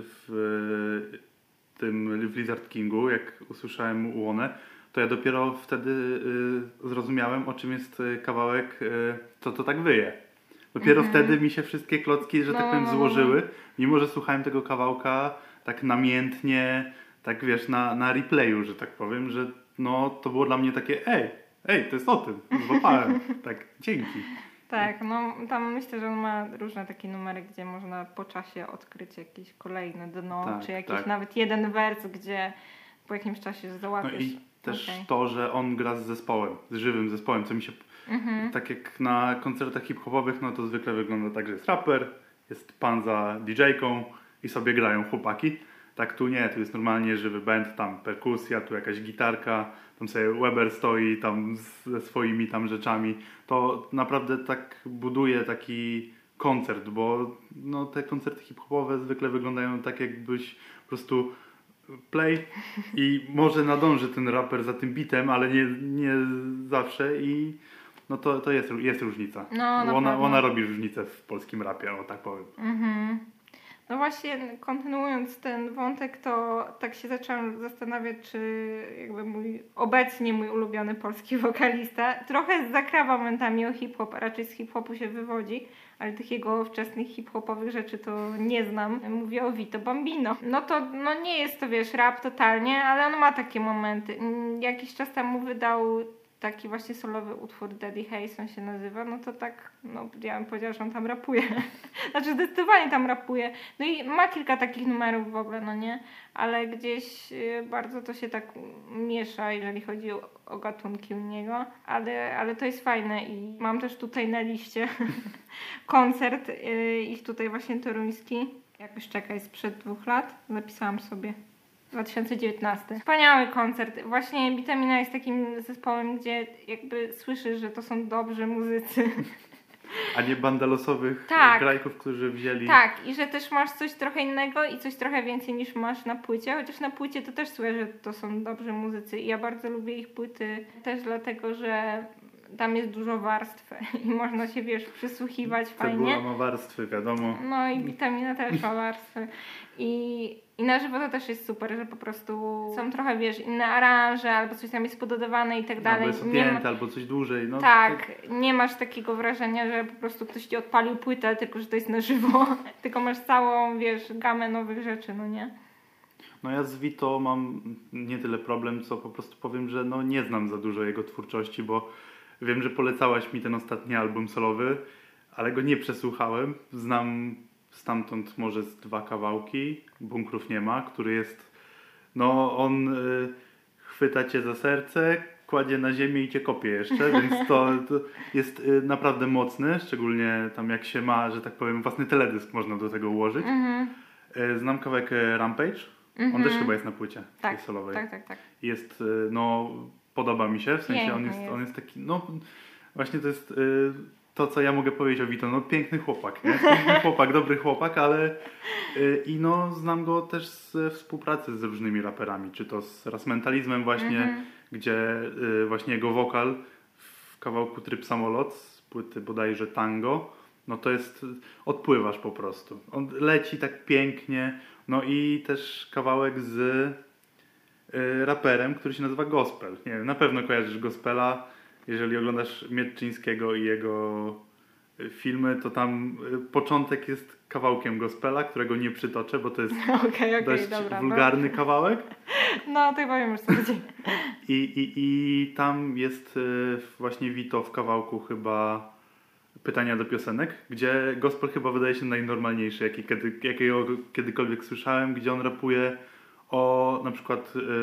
w tym w Lizard Kingu, jak usłyszałem Łonę, to ja dopiero wtedy y, zrozumiałem, o czym jest kawałek, y, co to tak wyje. Dopiero mhm. wtedy mi się wszystkie klocki, że no, tak powiem, złożyły, mimo że słuchałem tego kawałka tak namiętnie, tak wiesz, na, na replayu, że tak powiem, że no to było dla mnie takie ej, ej, to jest o tym, złapałem, tak, dzięki. Tak, no tam myślę, że on ma różne takie numery, gdzie można po czasie odkryć jakieś kolejne dno, tak, czy jakiś tak. nawet jeden wers, gdzie po jakimś czasie załapiesz. No i też okay. to, że on gra z zespołem, z żywym zespołem, co mi się, mhm. tak jak na koncertach hip-hopowych, no to zwykle wygląda tak, że jest raper, jest pan za didżejką i sobie grają chłopaki. Tak tu nie, tu jest normalnie żywy band, tam perkusja, tu jakaś gitarka, tam sobie Weber stoi tam ze swoimi tam rzeczami. To naprawdę tak buduje taki koncert, bo no, te koncerty hip-hopowe zwykle wyglądają tak, jakbyś po prostu play i może nadąży ten raper za tym bitem, ale nie, nie zawsze i no to, to jest, jest różnica. No, ona, ona robi różnicę w polskim rapie, o tak powiem. Mhm. No właśnie, kontynuując ten wątek, to tak się zaczęłam zastanawiać, czy jakby mój, obecnie mój ulubiony polski wokalista trochę zakrawa momentami o hip-hop, a raczej z hip-hopu się wywodzi, ale tych jego wczesnych hip-hopowych rzeczy to nie znam. Mówię o Vito Bambino. No to no nie jest to, wiesz, rap totalnie, ale on ma takie momenty. Jakiś czas temu wydał taki właśnie solowy utwór Daddy Hayes, on się nazywa, no to tak, no ja bym powiedziała, że on tam rapuje. Znaczy zdecydowanie tam rapuje. No i ma kilka takich numerów w ogóle, no nie? Ale gdzieś bardzo to się tak miesza, jeżeli chodzi o, o gatunki u niego. Ale, ale to jest fajne i mam też tutaj na liście koncert yy, ich tutaj właśnie toruński. Jakoś czekaj, sprzed dwóch lat zapisałam sobie. dwa tysiące dziewiętnasty. Wspaniały koncert. Właśnie Bitamina jest takim zespołem, gdzie jakby słyszysz, że to są dobrzy muzycy. A nie banda losowych tak. grajków, którzy wzięli... Tak, i że też masz coś trochę innego i coś trochę więcej niż masz na płycie, chociaż na płycie to też słyszę, że to są dobrzy muzycy i ja bardzo lubię ich płyty też dlatego, że tam jest dużo warstw i można się, wiesz, przysłuchiwać fajnie. Cebula ma warstwy, wiadomo. No i Bitamina też ma warstwy. I, I na żywo to też jest super, że po prostu są trochę, wiesz, inne aranże, albo coś tam jest pododawane i tak dalej. Albo jest odjęte, albo coś dłużej. No, tak, tak, nie masz takiego wrażenia, że po prostu ktoś ci odpalił płytę, tylko że to jest na żywo. Tylko masz całą, wiesz, gamę nowych rzeczy, no nie? No ja z Vito mam nie tyle problem, co po prostu powiem, że no nie znam za dużo jego twórczości, bo wiem, że polecałaś mi ten ostatni album solowy, ale go nie przesłuchałem. Znam stamtąd może z dwa kawałki, Bunkrów nie ma, który jest, no on y, chwyta cię za serce, kładzie na ziemię i cię kopie jeszcze, więc to, to jest y, naprawdę mocny, szczególnie tam jak się ma, że tak powiem, własny teledysk można do tego ułożyć. Mm-hmm. Y, znam kawałek Rampage, mm-hmm. on też chyba jest na płycie tak, tej solowej. Tak, tak, tak. Jest, y, no podoba mi się, w sensie Piękny on jest, jest. on jest taki, no właśnie to jest y, to, co ja mogę powiedzieć o Vito, no piękny chłopak, nie? Piękny chłopak, dobry chłopak, ale y, i no znam go też ze współpracy z różnymi raperami, czy to z Rasmentalizmem właśnie, mm-hmm. gdzie y, właśnie jego wokal w kawałku Tryb Samolot z płyty bodajże Tango, no to jest, odpływasz po prostu. On leci tak pięknie, no i też kawałek z raperem, który się nazywa Gospel. Nie wiem, na pewno kojarzysz Gospela. Jeżeli oglądasz Mietczyńskiego i jego filmy, to tam początek jest kawałkiem Gospela, którego nie przytoczę, bo to jest okay, okay, dość dobra, wulgarny no. kawałek. No, to chyba wiem już co chodzi. I, i, I tam jest właśnie Vito w kawałku chyba Pytania do piosenek, gdzie Gospel chyba wydaje się najnormalniejszy, jaki kiedy, jakiego kiedykolwiek słyszałem, gdzie on rapuje o na przykład y,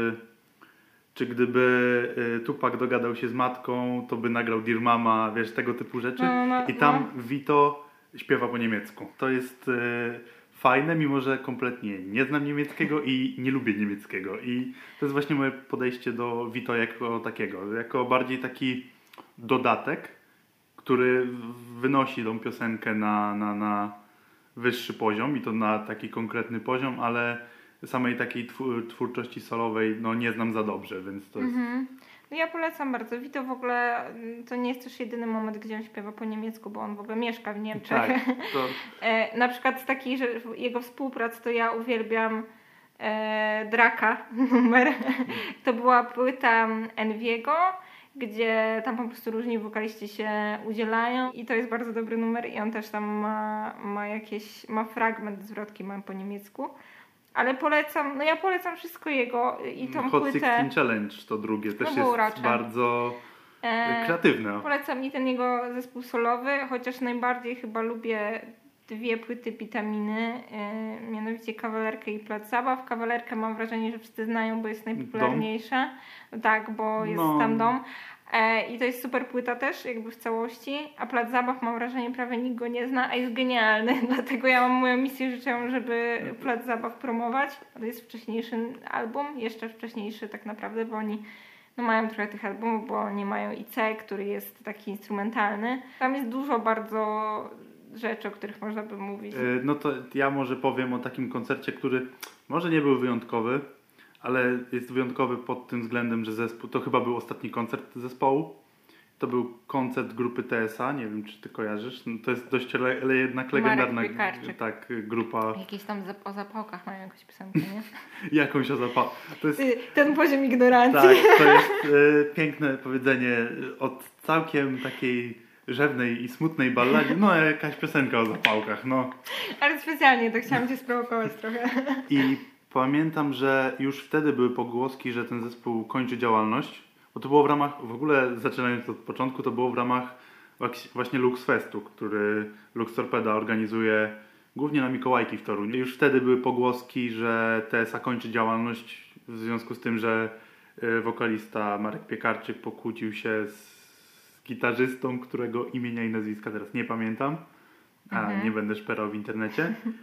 czy gdyby y, Tupac dogadał się z matką, to by nagrał Dear Mama, wiesz, tego typu rzeczy. No, no, i tam no. Vito śpiewa po niemiecku. To jest y, fajne, mimo że kompletnie nie znam niemieckiego i nie lubię niemieckiego. I to jest właśnie moje podejście do Vito jako takiego, jako bardziej taki dodatek, który wynosi tą piosenkę na, na, na wyższy poziom i to na taki konkretny poziom, ale samej takiej twórczości solowej no nie znam za dobrze, więc to jest... Mm-hmm. No ja polecam bardzo. Vito w ogóle to nie jest też jedyny moment, gdzie on śpiewa po niemiecku, bo on w ogóle mieszka w Niemczech. Tak, to... e, na przykład z takiej, że jego współprac to ja uwielbiam e, Draka numer. To była płyta Enviego, gdzie tam po prostu różni wokaliści się udzielają i to jest bardzo dobry numer i on też tam ma, ma jakieś, ma fragment zwrotki, mam po niemiecku. Ale polecam, no ja polecam wszystko jego i tą Hot płytę. sixteen Challenge to drugie też no jest urocze. Bardzo e, kreatywne. Polecam i ten jego zespół solowy, chociaż najbardziej chyba lubię dwie płyty Bitaminy, e, mianowicie Kawalerkę i Plac Zabaw. Kawalerkę mam wrażenie, że wszyscy znają, bo jest najpopularniejsza. Dom? Tak, bo jest no. tam dom. E, I to jest super płyta też, jakby w całości, a Plac Zabaw mam wrażenie prawie nikt go nie zna, a jest genialny, dlatego ja mam moją misję życiową, żeby Plac Zabaw promować. To jest wcześniejszy album, jeszcze wcześniejszy tak naprawdę, bo oni no, mają trochę tych albumów, bo oni mają I C, który jest taki instrumentalny. Tam jest dużo bardzo rzeczy, o których można by mówić. E, no to ja może powiem o takim koncercie, który może nie był wyjątkowy, ale jest wyjątkowy pod tym względem, że zespół, to chyba był ostatni koncert zespołu. To był koncert grupy T S A, nie wiem czy ty kojarzysz. No, to jest dość le, le, jednak legendarna tak, grupa. Jakieś tam zap- o zapałkach mają jakąś piosenkę, nie? Jakąś o zapałkach. Jest... Ten poziom ignorancji. Tak, to jest e, piękne powiedzenie od całkiem takiej rzewnej i smutnej balladzie, no jakaś piosenka o zapałkach, no. Ale specjalnie to chciałam cię sprowokować trochę. I pamiętam, że już wtedy były pogłoski, że ten zespół kończy działalność, bo to było w ramach, w ogóle zaczynając od początku, to było w ramach właśnie Lux Festu, który Lux Torpeda organizuje głównie na Mikołajki w Toruniu. I już wtedy były pogłoski, że T S A kończy działalność w związku z tym, że wokalista Marek Piekarczyk pokłócił się z gitarzystą, którego imienia i nazwiska teraz nie pamiętam, a mhm. nie będę szperał w internecie.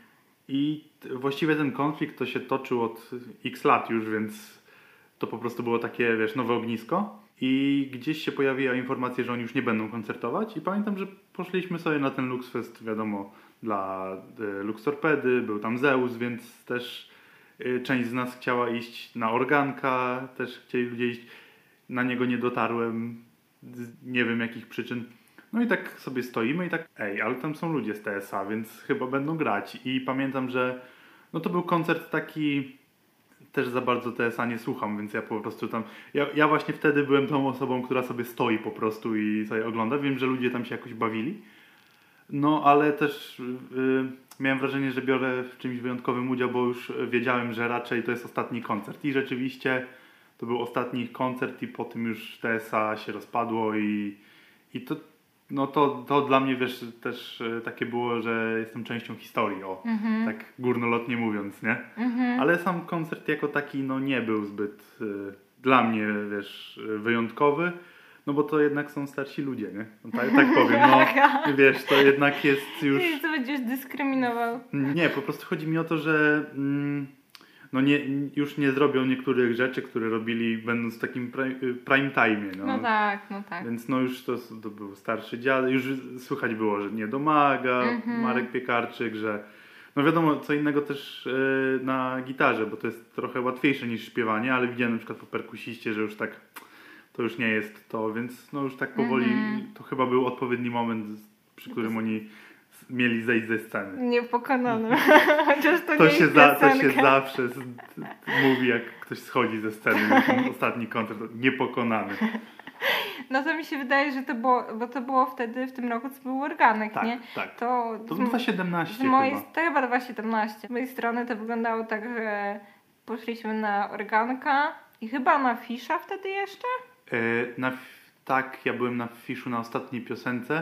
I właściwie ten konflikt to się toczył od x lat już, więc to po prostu było takie, wiesz, nowe ognisko. I gdzieś się pojawiła informacja, że oni już nie będą koncertować. I pamiętam, że poszliśmy sobie na ten Luxfest, wiadomo, dla y, Luxtorpedy, był tam Zeus, więc też y, część z nas chciała iść na Organka, też chcieli ludzie iść. Na niego nie dotarłem, z nie wiem jakich przyczyn. No i tak sobie stoimy i tak, ej, ale tam są ludzie z T S A, więc chyba będą grać. I pamiętam, że no to był koncert taki, też za bardzo T S A nie słucham, więc ja po prostu tam, ja, ja właśnie wtedy byłem tą osobą, która sobie stoi po prostu i sobie ogląda. Wiem, że ludzie tam się jakoś bawili. No, ale też yy, miałem wrażenie, że biorę w czymś wyjątkowym udział, bo już wiedziałem, że raczej to jest ostatni koncert. I rzeczywiście to był ostatni ich koncert i po tym już T S A się rozpadło i, i to, no to, to dla mnie, wiesz, też takie było, że jestem częścią historii, o, mm-hmm. tak górnolotnie mówiąc, nie? Mm-hmm. Ale sam koncert jako taki, no nie był zbyt y, dla mnie, wiesz, wyjątkowy. No bo to jednak są starsi ludzie, nie? No tak, tak powiem, no wiesz, to jednak jest już... I to będziesz dyskryminował. Nie, po prostu chodzi mi o to, że mm, no nie, już nie zrobią niektórych rzeczy, które robili będąc w takim prime time. No. no tak, no tak. Więc no już to, to był starszy dziad, już słychać było, że nie domaga, mm-hmm. Marek Piekarczyk, że no wiadomo, co innego też yy, na gitarze, bo to jest trochę łatwiejsze niż śpiewanie, ale widziałem na przykład po perkusiście, że już tak to już nie jest to, więc no już tak powoli, mm-hmm. to chyba był odpowiedni moment, przy którym oni mieli zejść ze sceny. Niepokonany. Chociaż to, to, nie się za, to się zawsze z, mówi, jak ktoś schodzi ze sceny na ten ostatni koncert. Niepokonany. No to mi się wydaje, że to było, bo to było wtedy, w tym roku, co był Organek, tak, nie? Tak, To, to był dwa tysiące siedemnasty z mojej, chyba. To chyba dwa tysiące siedemnasty. Z mojej strony to wyglądało tak, że poszliśmy na Organka i chyba na Fisza wtedy jeszcze? Yy, na, tak, ja byłem na Fiszu na ostatniej piosence,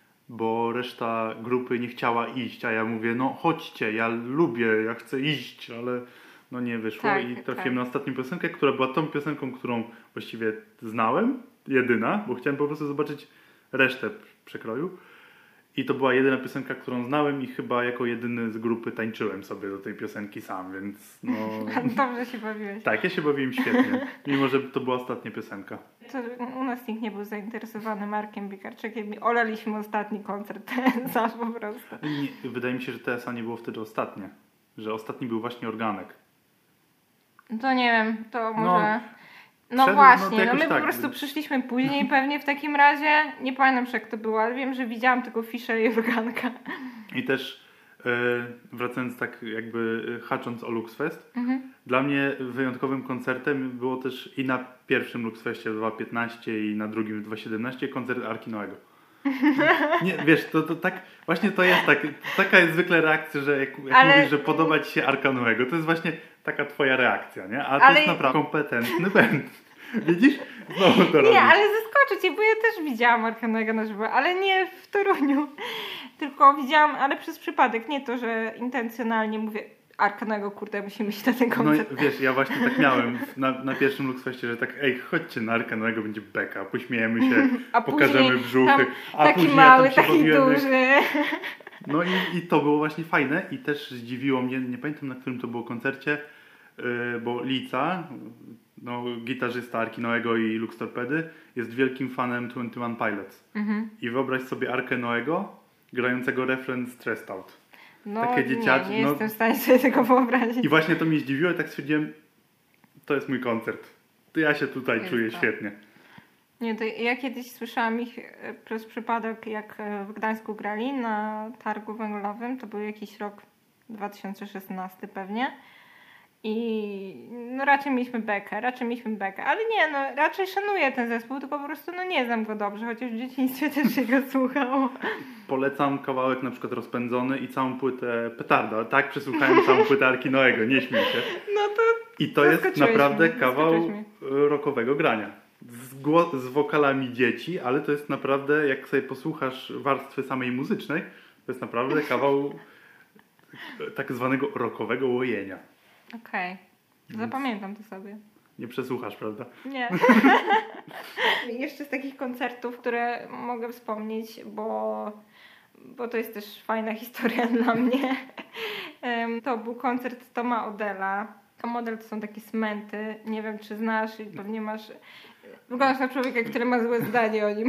bo reszta grupy nie chciała iść, a ja mówię, no chodźcie, ja lubię, ja chcę iść, ale no nie wyszło tak, i trafiłem tak. na ostatnią piosenkę, która była tą piosenką, którą właściwie znałem, jedyna, bo chciałem po prostu zobaczyć resztę przekroju. I to była jedyna piosenka, którą znałem i chyba jako jedyny z grupy tańczyłem sobie do tej piosenki sam, więc no... Dobrze się bawiłeś. Tak, ja się bawiłem świetnie, mimo że to była ostatnia piosenka. To u nas nikt nie był zainteresowany Markiem Piekarczykiem i olaliśmy ostatni koncert za po prostu. Nie, wydaje mi się, że T S A nie było wtedy ostatnie, że ostatni był właśnie Organek. To nie wiem, to może... No. No Przed, właśnie, no, no my tak. po prostu przyszliśmy później pewnie w takim razie. Nie pamiętam, jak to było, ale wiem, że widziałam tylko Fisza i Organka. I też e, wracając tak jakby hacząc o Luxfest, mhm. dla mnie wyjątkowym koncertem było też i na pierwszym Luxfestie w dwa tysiące piętnastym i na drugim w dwa tysiące siedemnastym koncert Arki Noego. Nie, wiesz, to, to tak, właśnie to jest tak, taka jest zwykle reakcja, że jak, jak ale... mówisz, że podoba ci się Arka Noego, to jest właśnie taka twoja reakcja, nie? A to ale... jest naprawdę kompetentny band. Widzisz? Znowu to robisz. Nie, ale zaskoczę cię, bo ja też widziałam Arka Noego na żywo, ale nie w Toruniu. Tylko widziałam, ale przez przypadek, nie to, że intencjonalnie mówię Arka Noego, kurde, musimy iść na ten koncert. No wiesz, ja właśnie tak miałem na, na pierwszym Luxfestie, że tak, ej, chodźcie na Arkę Noego, będzie beka, pośmiejemy się, a pokażemy brzuchy. A taki później mały, ja taki duży. No i, i to było właśnie fajne i też zdziwiło mnie, nie pamiętam na którym to było koncercie, yy, bo Lica, no, gitarzysta Arki Noego i Luxtorpedy, jest wielkim fanem Twenty One Pilots. Mhm. I wyobraź sobie Arkę Noego grającego refren Stressed Out. No takie dzieciaki, nie, nie no, jestem w stanie sobie tego wyobrazić. I właśnie to mnie zdziwiło i tak stwierdziłem, to jest mój koncert. To ja się tutaj jest czuję to. świetnie. Nie, to ja kiedyś słyszałam ich przez przypadek, jak w Gdańsku grali na targu węglowym. To był jakiś rok dwa tysiące szesnasty pewnie. I no raczej mieliśmy bekę, raczej mieliśmy bekę, ale nie, no raczej szanuję ten zespół, tylko po prostu no nie znam go dobrze, chociaż w dzieciństwie też się go słuchało. Polecam kawałek na przykład Rozpędzony i całą płytę Petarda, tak? Przesłuchałem całą płytę Arki Noego, nie śmiej się. No to I to jest naprawdę mnie, kawał rockowego grania. Z, gło- z wokalami dzieci, ale to jest naprawdę, jak sobie posłuchasz warstwy samej muzycznej, to jest naprawdę kawał tak zwanego rockowego łojenia. Okej, okay. Zapamiętam to sobie. Nie przesłuchasz, prawda? Nie. Jeszcze z takich koncertów, które mogę wspomnieć, bo, bo to jest też fajna historia dla mnie. To był koncert Toma Odella. Tom Odell to są takie smenty. Nie wiem, czy znasz i pewnie masz... Wyglądasz na człowieka, który ma złe zdanie o nim.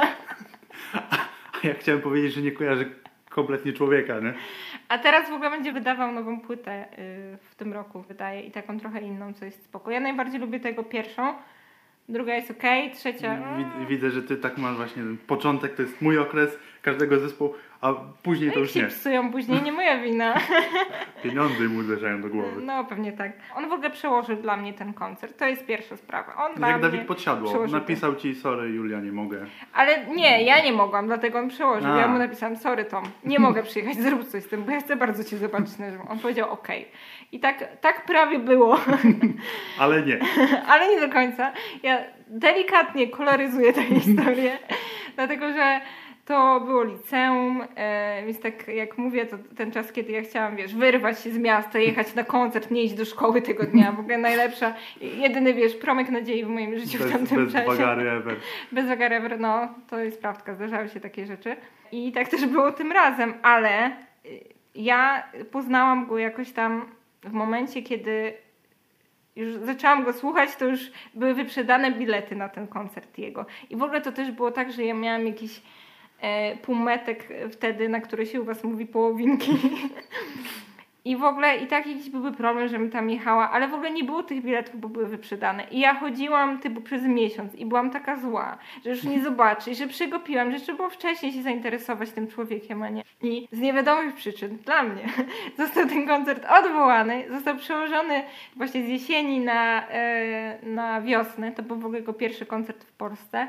Ja chciałem powiedzieć, że nie kojarzę kompletnie człowieka, nie? A teraz w ogóle będzie wydawał nową płytę w tym roku, wydaje. I taką trochę inną, co jest spoko. Ja najbardziej lubię tego pierwszą. Druga jest okej, okay, trzecia... Widzę, że ty tak masz właśnie ten początek, to jest mój okres każdego zespołu, a później no to już się nie. psują później, nie moja wina. Pieniądze mu uderzają do głowy. No pewnie tak. On w ogóle przełożył dla mnie ten koncert, to jest pierwsza sprawa. On Jak dla Dawid mnie Podsiadło, napisał ci, sorry Julia, nie mogę. Ale nie, ja nie mogłam, dlatego on przełożył. A. Ja mu napisałam, sorry Tom, nie mogę przyjechać, zrób coś z tym, bo ja chcę bardzo cię zobaczyć na żywo. On powiedział okej. Okay. I tak, tak prawie było. Ale nie. Ale nie do końca. Ja delikatnie koloryzuję tę historię, dlatego że to było liceum, e, więc tak jak mówię, to ten czas, kiedy ja chciałam, wiesz, wyrwać się z miasta, jechać na koncert, nie iść do szkoły tego dnia. W ogóle najlepsza, jedyny, wiesz, promyk nadziei w moim życiu bez, w tamtym bez czasie. Bez wagary ever. Bez wagary ever, no, to jest prawda, zdarzały się takie rzeczy. I tak też było tym razem, ale ja poznałam go jakoś tam w momencie, kiedy już zaczęłam go słuchać, to już były wyprzedane bilety na ten koncert jego. I w ogóle to też było tak, że ja miałam jakiś e, półmetek wtedy, na który się u was mówi połowinki. I w ogóle i tak jakiś byłby problem, żebym tam jechała, ale w ogóle nie było tych biletów, bo były wyprzedane. I ja chodziłam typu przez miesiąc i byłam taka zła, że już nie zobaczy, że przegapiłam, że trzeba było wcześniej się zainteresować tym człowiekiem, a nie. I z niewiadomych przyczyn, dla mnie, został ten koncert odwołany, został przełożony właśnie z jesieni na, e, na wiosnę. To był w ogóle jego pierwszy koncert w Polsce.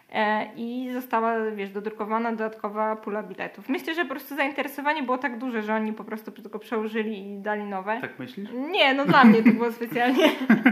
I została, wiesz, dodrukowana dodatkowa pula biletów. Myślę, że po prostu zainteresowanie było tak duże, że oni po prostu tylko przełożyli i dali nowe. Tak myślisz? Nie, no dla mnie to było specjalnie.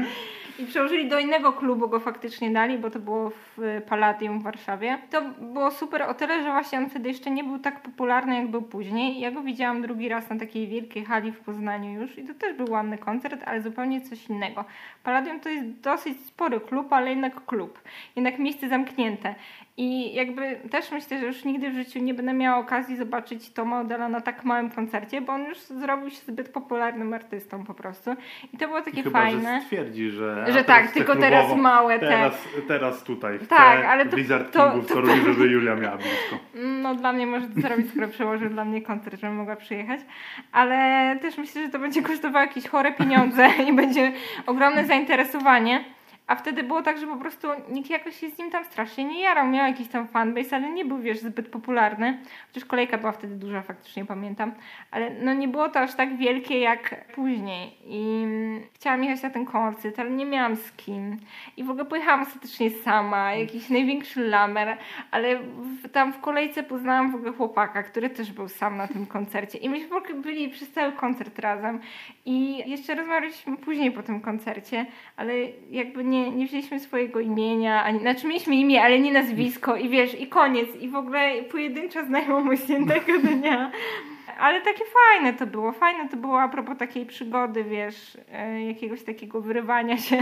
I przełożyli do innego klubu, go faktycznie dali, bo to było w Palladium w Warszawie. To było super o tyle, że właśnie on wtedy jeszcze nie był tak popularny, jak był później. Ja go widziałam drugi raz na takiej wielkiej hali w Poznaniu już i to też był ładny koncert, ale zupełnie coś innego. Palladium to jest dosyć spory klub, ale jednak klub. Jednak miejsce zamknięte. I jakby też myślę, że już nigdy w życiu nie będę miała okazji zobaczyć Toma Odella na tak małym koncercie, bo on już zrobił się zbyt popularnym artystą po prostu. I to było takie Chyba, fajne. Że stwierdzi, że... Że tak, tylko teraz małe te. Teraz, teraz tutaj chcę tak, ale to, Blizzard to, Kingu w to, Toruniu, żeby Julia miała blisko. No dla mnie może to zrobić, skoro przełożył dla mnie koncert, żebym mogła przyjechać. Ale też myślę, że to będzie kosztowało jakieś chore pieniądze i będzie ogromne zainteresowanie. A wtedy było tak, że po prostu nikt jakoś się z nim tam strasznie nie jarał. Miał jakiś tam fanbase, ale nie był, wiesz, zbyt popularny. Chociaż kolejka była wtedy duża, faktycznie pamiętam. Ale no nie było to aż tak wielkie jak później. I chciałam jechać na ten koncert, ale nie miałam z kim. I w ogóle pojechałam ostatecznie sama, jakiś największy lamer. Ale w, tam w kolejce poznałam w ogóle chłopaka, który też był sam na tym koncercie. I myśmy w ogóle byli przez cały koncert razem. I jeszcze rozmawialiśmy później po tym koncercie, ale jakby nie Nie, nie wzięliśmy swojego imienia, ani, znaczy mieliśmy imię, ale nie nazwisko i wiesz, i koniec. I w ogóle pojedyncza znajomość tego dnia. Ale takie fajne to było, fajne to było a propos takiej przygody, wiesz, jakiegoś takiego wyrywania się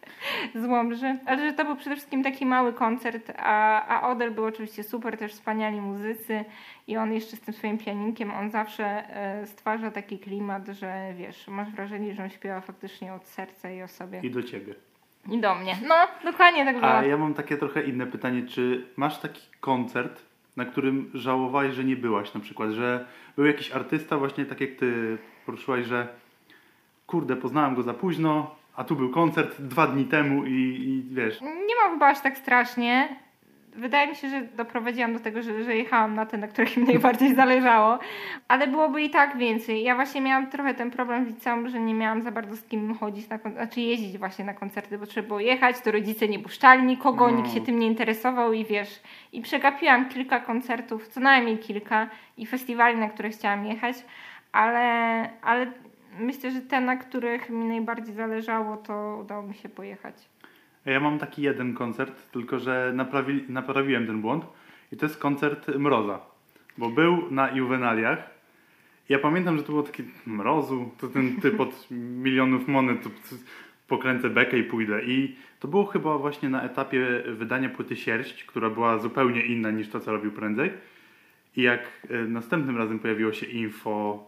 z Łomży. Ale że to był przede wszystkim taki mały koncert, a, a Odell był oczywiście super, też wspaniali muzycy i on jeszcze z tym swoim pianinkiem, on zawsze e, stwarza taki klimat, że wiesz, masz wrażenie, że on śpiewa faktycznie od serca i o sobie. I do ciebie. I do mnie. No, dokładnie tak było. A ja mam takie trochę inne pytanie. Czy masz taki koncert, na którym żałowałeś, że nie byłaś na przykład? Że był jakiś artysta właśnie tak jak ty poruszyłaś, że kurde, poznałam go za późno, a tu był koncert dwa dni temu i, i wiesz. Nie mam chyba aż tak strasznie. Wydaje mi się, że doprowadziłam do tego, że, że jechałam na te, na których mi najbardziej zależało. Ale byłoby i tak więcej. Ja właśnie miałam trochę ten problem w liceum, że nie miałam za bardzo z kim chodzić, na kon- znaczy jeździć właśnie na koncerty, bo trzeba było jechać, to rodzice nie puszczali nikogo, no. Nikt się tym nie interesował i wiesz, i przegapiłam kilka koncertów, co najmniej kilka i festiwali, na które chciałam jechać, ale, ale myślę, że te, na których mi najbardziej zależało, to udało mi się pojechać. Ja mam taki jeden koncert, tylko że naprawi, naprawiłem ten błąd i to jest koncert Mroza, bo był na Juwenaliach. Ja pamiętam, że to było takie Mrozu, to ten typ od milionów monet, to pokręcę bekę i pójdę. I to było chyba właśnie na etapie wydania płyty Sierść, która była zupełnie inna niż to, co robił prędzej. I jak następnym razem pojawiło się info,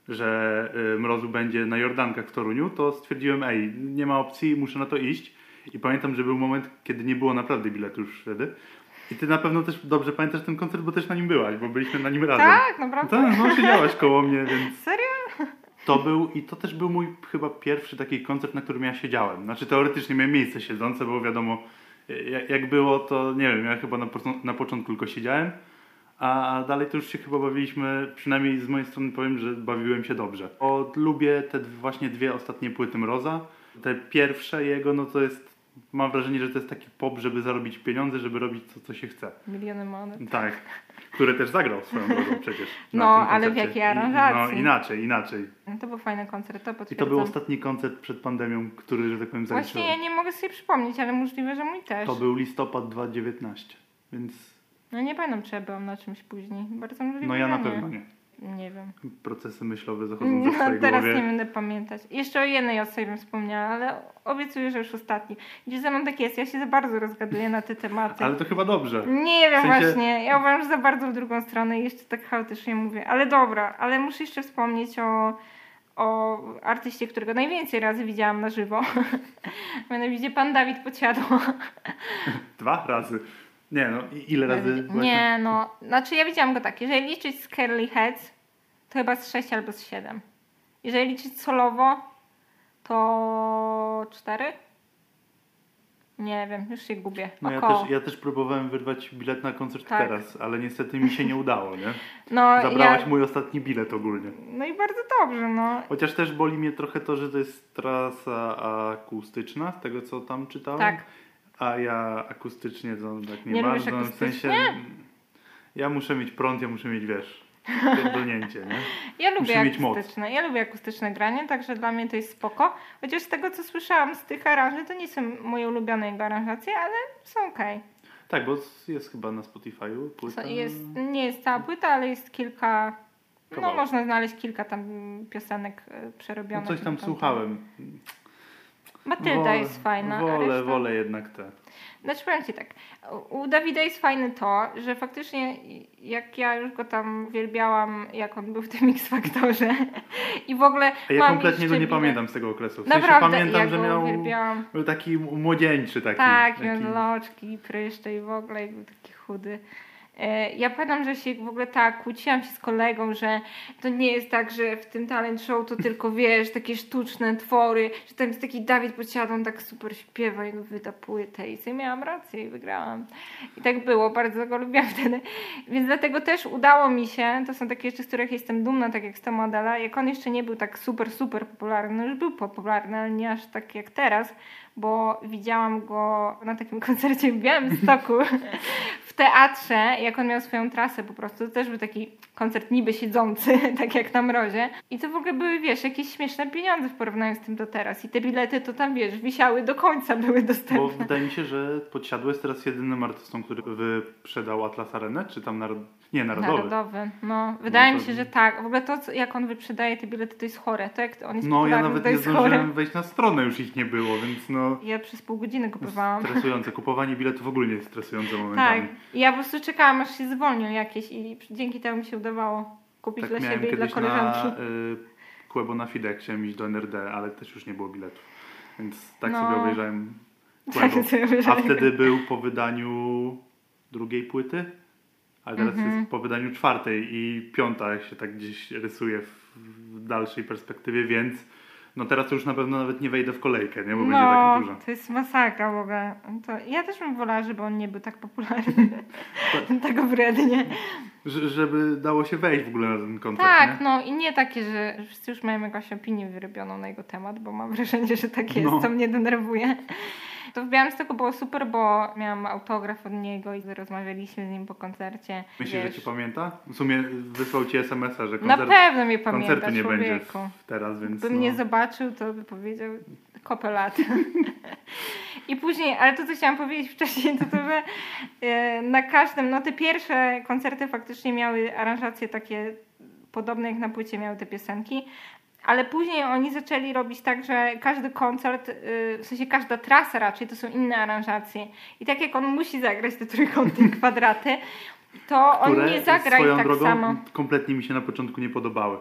że y, Mrozu będzie na Jordankach w Toruniu, to stwierdziłem, ej, nie ma opcji, muszę na to iść. I pamiętam, że był moment, kiedy nie było naprawdę biletu już wtedy. I ty na pewno też dobrze pamiętasz ten koncert, bo też na nim byłaś, bo byliśmy na nim razem. Tak, naprawdę? Tak, no siedziałaś koło mnie, więc... Serio? To był, i to też był mój chyba pierwszy taki koncert, na którym ja siedziałem. Znaczy teoretycznie miałem miejsce siedzące, bo wiadomo, jak, jak było, to nie wiem, ja chyba na, na początku tylko siedziałem, a dalej to już się chyba bawiliśmy, przynajmniej z mojej strony powiem, że bawiłem się dobrze. Bo lubię te właśnie dwie ostatnie płyty Mroza. Te pierwsze jego, no to jest, mam wrażenie, że to jest taki pop, żeby zarobić pieniądze, żeby robić to, co się chce. Miliony monet. Tak, które też zagrał swoją drogą przecież. No, ale w jakiej aranżacji? No, inaczej, inaczej. No, to był fajny koncert, to potwierdzam. I to był ostatni koncert przed pandemią, który, że tak powiem, zaliczyłem. Właśnie ja nie mogę sobie przypomnieć, ale możliwe, że mój też. To był listopad dwa tysiące dziewiętnasty, więc... No nie pamiętam, czy ja byłam na czymś później. Bardzo możliwe, No ja na że pewno nie. Nie wiem. Procesy myślowe zachodzą ze No swojej teraz głowie. nie będę pamiętać. Jeszcze o jednej osobie bym wspomniała, ale obiecuję, że już ostatni. Gdzieś ze mną tak jest, ja się za bardzo rozgaduję na te tematy. Ale to chyba dobrze. Nie wiem W sensie- właśnie, ja uważam, że za bardzo w drugą stronę i jeszcze tak chaotycznie mówię. Ale dobra, ale muszę jeszcze wspomnieć o, o artyście, którego najwięcej razy widziałam na żywo. Mianowicie pan Dawid Podsiadło. Dwa razy. Nie no, i ile razy? właśnie- Nie no, znaczy ja widziałam go tak, jeżeli liczyć z Curly Heads, to chyba z sześć albo z siedem. Jeżeli liczyć solowo, to cztery? Nie wiem, już się gubię. No ja Około. też, ja też próbowałem wyrwać bilet na koncert Tak. teraz, ale niestety mi się nie udało, nie? No, Zabrałaś ja... mój ostatni bilet ogólnie. no i bardzo dobrze, no. Chociaż też boli mnie trochę to, że to jest trasa akustyczna, z tego co tam czytałem. Tak. A ja akustycznie to tak nie, Nie lubisz bardzo. W akustycznie? sensie ja muszę mieć prąd, ja muszę mieć, wiesz, pierdolnięcie, nie? Ja lubię Muszę mieć moc. akustyczne. Ja lubię akustyczne granie, także dla mnie to jest spoko. Chociaż z tego, co słyszałam z tych aranży, to nie są moje ulubione jego aranżacje, ale są okej. Tak, bo jest chyba na Spotify'u płyta. Okay. Jest, nie jest cała płyta, ale jest kilka... No Kawałek. można znaleźć kilka tam piosenek e, No przerobionych. coś tam Tam- słuchałem. Matylda Wolę- jest fajna. a Wolę, reszta... wolę jednak te. Znaczy powiem Ci tak, u Dawida jest fajne to, że faktycznie jak ja już go tam uwielbiałam, jak on był w tym X-Faktorze i w ogóle A ja mam kompletnie go nie jeszcze pamiętam z tego okresu. W sensie Naprawdę, pamiętam, ja że go miał uwielbiałam. był taki młodzieńczy taki. Tak, taki... miał loczki, pryszcze i w ogóle i był taki chudy. E, Ja pamiętam, że się w ogóle tak kłóciłam się z kolegą, że to nie jest tak, że w tym talent show to tylko, wiesz, takie sztuczne twory, że tam jest taki Dawid Podsiadło, on tak super śpiewa i wyda płytę i sobie miałam rację i wygrałam. I tak było, bardzo go lubiłam wtedy. Więc dlatego też udało mi się, to są takie rzeczy, z których jestem dumna, tak jak z tego modela, jak on jeszcze nie był tak super, super popularny, no już był popularny, ale nie aż tak jak teraz, bo widziałam go na takim koncercie w Białymstoku w teatrze, jak on miał swoją trasę po prostu. To też był taki koncert niby siedzący, tak jak na Mrozie. I to w ogóle były, wiesz, jakieś śmieszne pieniądze w porównaniu z tym do teraz. I te bilety to tam, wiesz, wisiały do końca, były Bo dostępne. wydaje mi się, że Podsiadło jest teraz jedynym artystą, który wyprzedał Atlas Arenę, czy tam narod... nie, Narodowy. Narodowy. No, wydaje No mi to- się, że tak. W ogóle to, co- jak on wyprzedaje te bilety, to jest chore. To jak on jest No ja popularny, nawet to nie jest chore. zdążyłem wejść na stronę, już ich nie było, więc no... Ja przez pół godziny kupowałam. Stresujące. Kupowanie biletów ogólnie jest stresujące momentami. Tak. I ja po prostu czekałam, aż się zwolnią jakieś i dzięki temu mi się udawało kupić Tak dla miałem siebie i dla kiedyś koleżanki. na y, Kłebo na Fide, chciałem iść do N R D, ale też już nie było biletów. Więc tak No. sobie obejrzałem Tak Kłebo. sobie A obejrzałem. wtedy był po wydaniu drugiej płyty, a teraz Mhm. jest po wydaniu czwartej i piąta się tak gdzieś rysuje w, w dalszej perspektywie, więc no teraz to już na pewno nawet nie wejdę w kolejkę, nie? Bo będzie taka No, duża. to jest masakra w ogóle. To ja też bym wolała, żeby on nie był tak popularny. tak wrednie. Że, żeby dało się wejść w ogóle na ten koncert, Tak, nie? no i nie takie, że wszyscy już mają jakąś opinię wyrobioną na jego temat, bo mam wrażenie, że tak jest, No. to mnie denerwuje. To w Białymstoku było super, bo miałam autograf od niego i rozmawialiśmy z nim po koncercie. Myślisz, że Wiesz, cię pamięta? W sumie wysłał ci es em es a, że na koncert, pewno mnie pamięta, koncertu nie będzie człowieku. w, teraz, więc By no. mnie zobaczył, to by powiedział kopę lat. I później, ale to co chciałam powiedzieć wcześniej, to to, że e, na każdym, no te pierwsze koncerty faktycznie miały aranżacje takie podobne jak na płycie miały te piosenki, ale później oni zaczęli robić tak, że każdy koncert, y, w sensie każda trasa raczej, to są inne aranżacje. I tak jak on musi zagrać te trójkąty i kwadraty, to on które nie zagra swoją ich tak drogą samo. kompletnie mi się na początku nie podobały.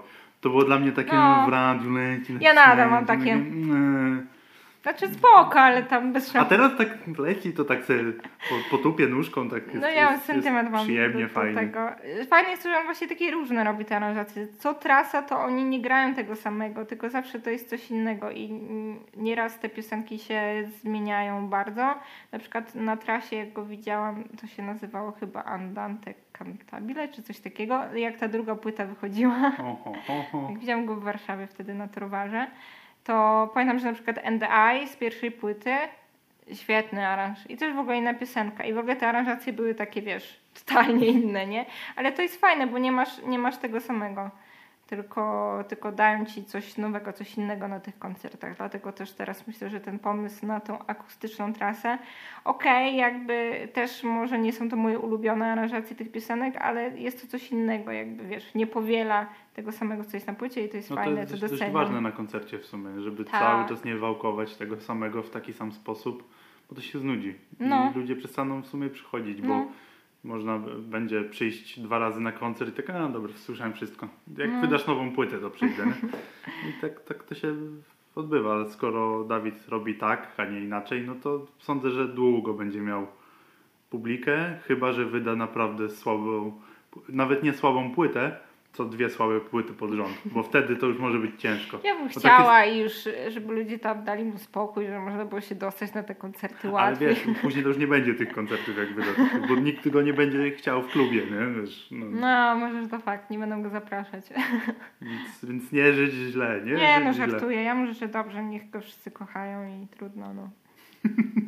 To było dla mnie takie No. w radiu leci. Ja nadal mam takie- nie. Znaczy spoko, ale tam bez A szans. teraz tak leci, to tak sobie po- potupię nóżką, tak jest, No ja mam jest, sentyment jest mam przyjemnie, do, do fajnie. tego. Fajnie jest, że on właśnie takie różne robi te aranżacje. Co trasa, to oni nie grają tego samego, tylko zawsze to jest coś innego i mm, nieraz te piosenki się zmieniają bardzo. Na przykład na trasie, jak go widziałam, to się nazywało chyba Andante Cantabile, czy coś takiego, jak ta druga płyta wychodziła. Oho, oho. Jak widziałam go w Warszawie wtedy na Torwarze, to pamiętam, że na przykład And the Eye z pierwszej płyty, świetny aranż i też w ogóle inna piosenka i w ogóle te aranżacje były takie, wiesz, totalnie inne, nie? Ale to jest fajne, bo nie masz, nie masz tego samego, tylko, tylko dają ci coś nowego, coś innego na tych koncertach, dlatego też teraz myślę, że ten pomysł na tą akustyczną trasę, okej, okay, jakby też może nie są to moje ulubione aranżacje tych piosenek, ale jest to coś innego, jakby, wiesz, nie powiela tego samego, co jest na płycie i to jest No fajne, to jest to dość, dość doceniam. ważne na koncercie w sumie, żeby Tak. cały czas nie wałkować tego samego w taki sam sposób, bo to się znudzi. No. I ludzie przestaną w sumie przychodzić, bo No. można b- będzie przyjść dwa razy na koncert i tak, a dobra, słyszałem wszystko. Jak No. wydasz nową płytę, to przyjdę. Nie? I tak, tak to się odbywa, ale skoro Dawid robi tak, a nie inaczej, no to sądzę, że długo będzie miał publikę, chyba że wyda naprawdę słabą, nawet nie słabą płytę, co dwie słabe płyty pod rząd, bo wtedy to już może być ciężko. Ja bym Bo chciała takie- i już, żeby ludzie tam dali mu spokój, żeby można było się dostać na te koncerty Ale łatwiej. wiesz, później to już nie będzie tych koncertów jak wyda, bo nikt go nie będzie chciał w klubie, nie? Wiesz, no, No, może to fakt, nie będą go zapraszać. więc, więc nie żyć źle, nie? Nie, no Żyć źle. żartuję, ja mu życzę dobrze, niech go wszyscy kochają i trudno, no.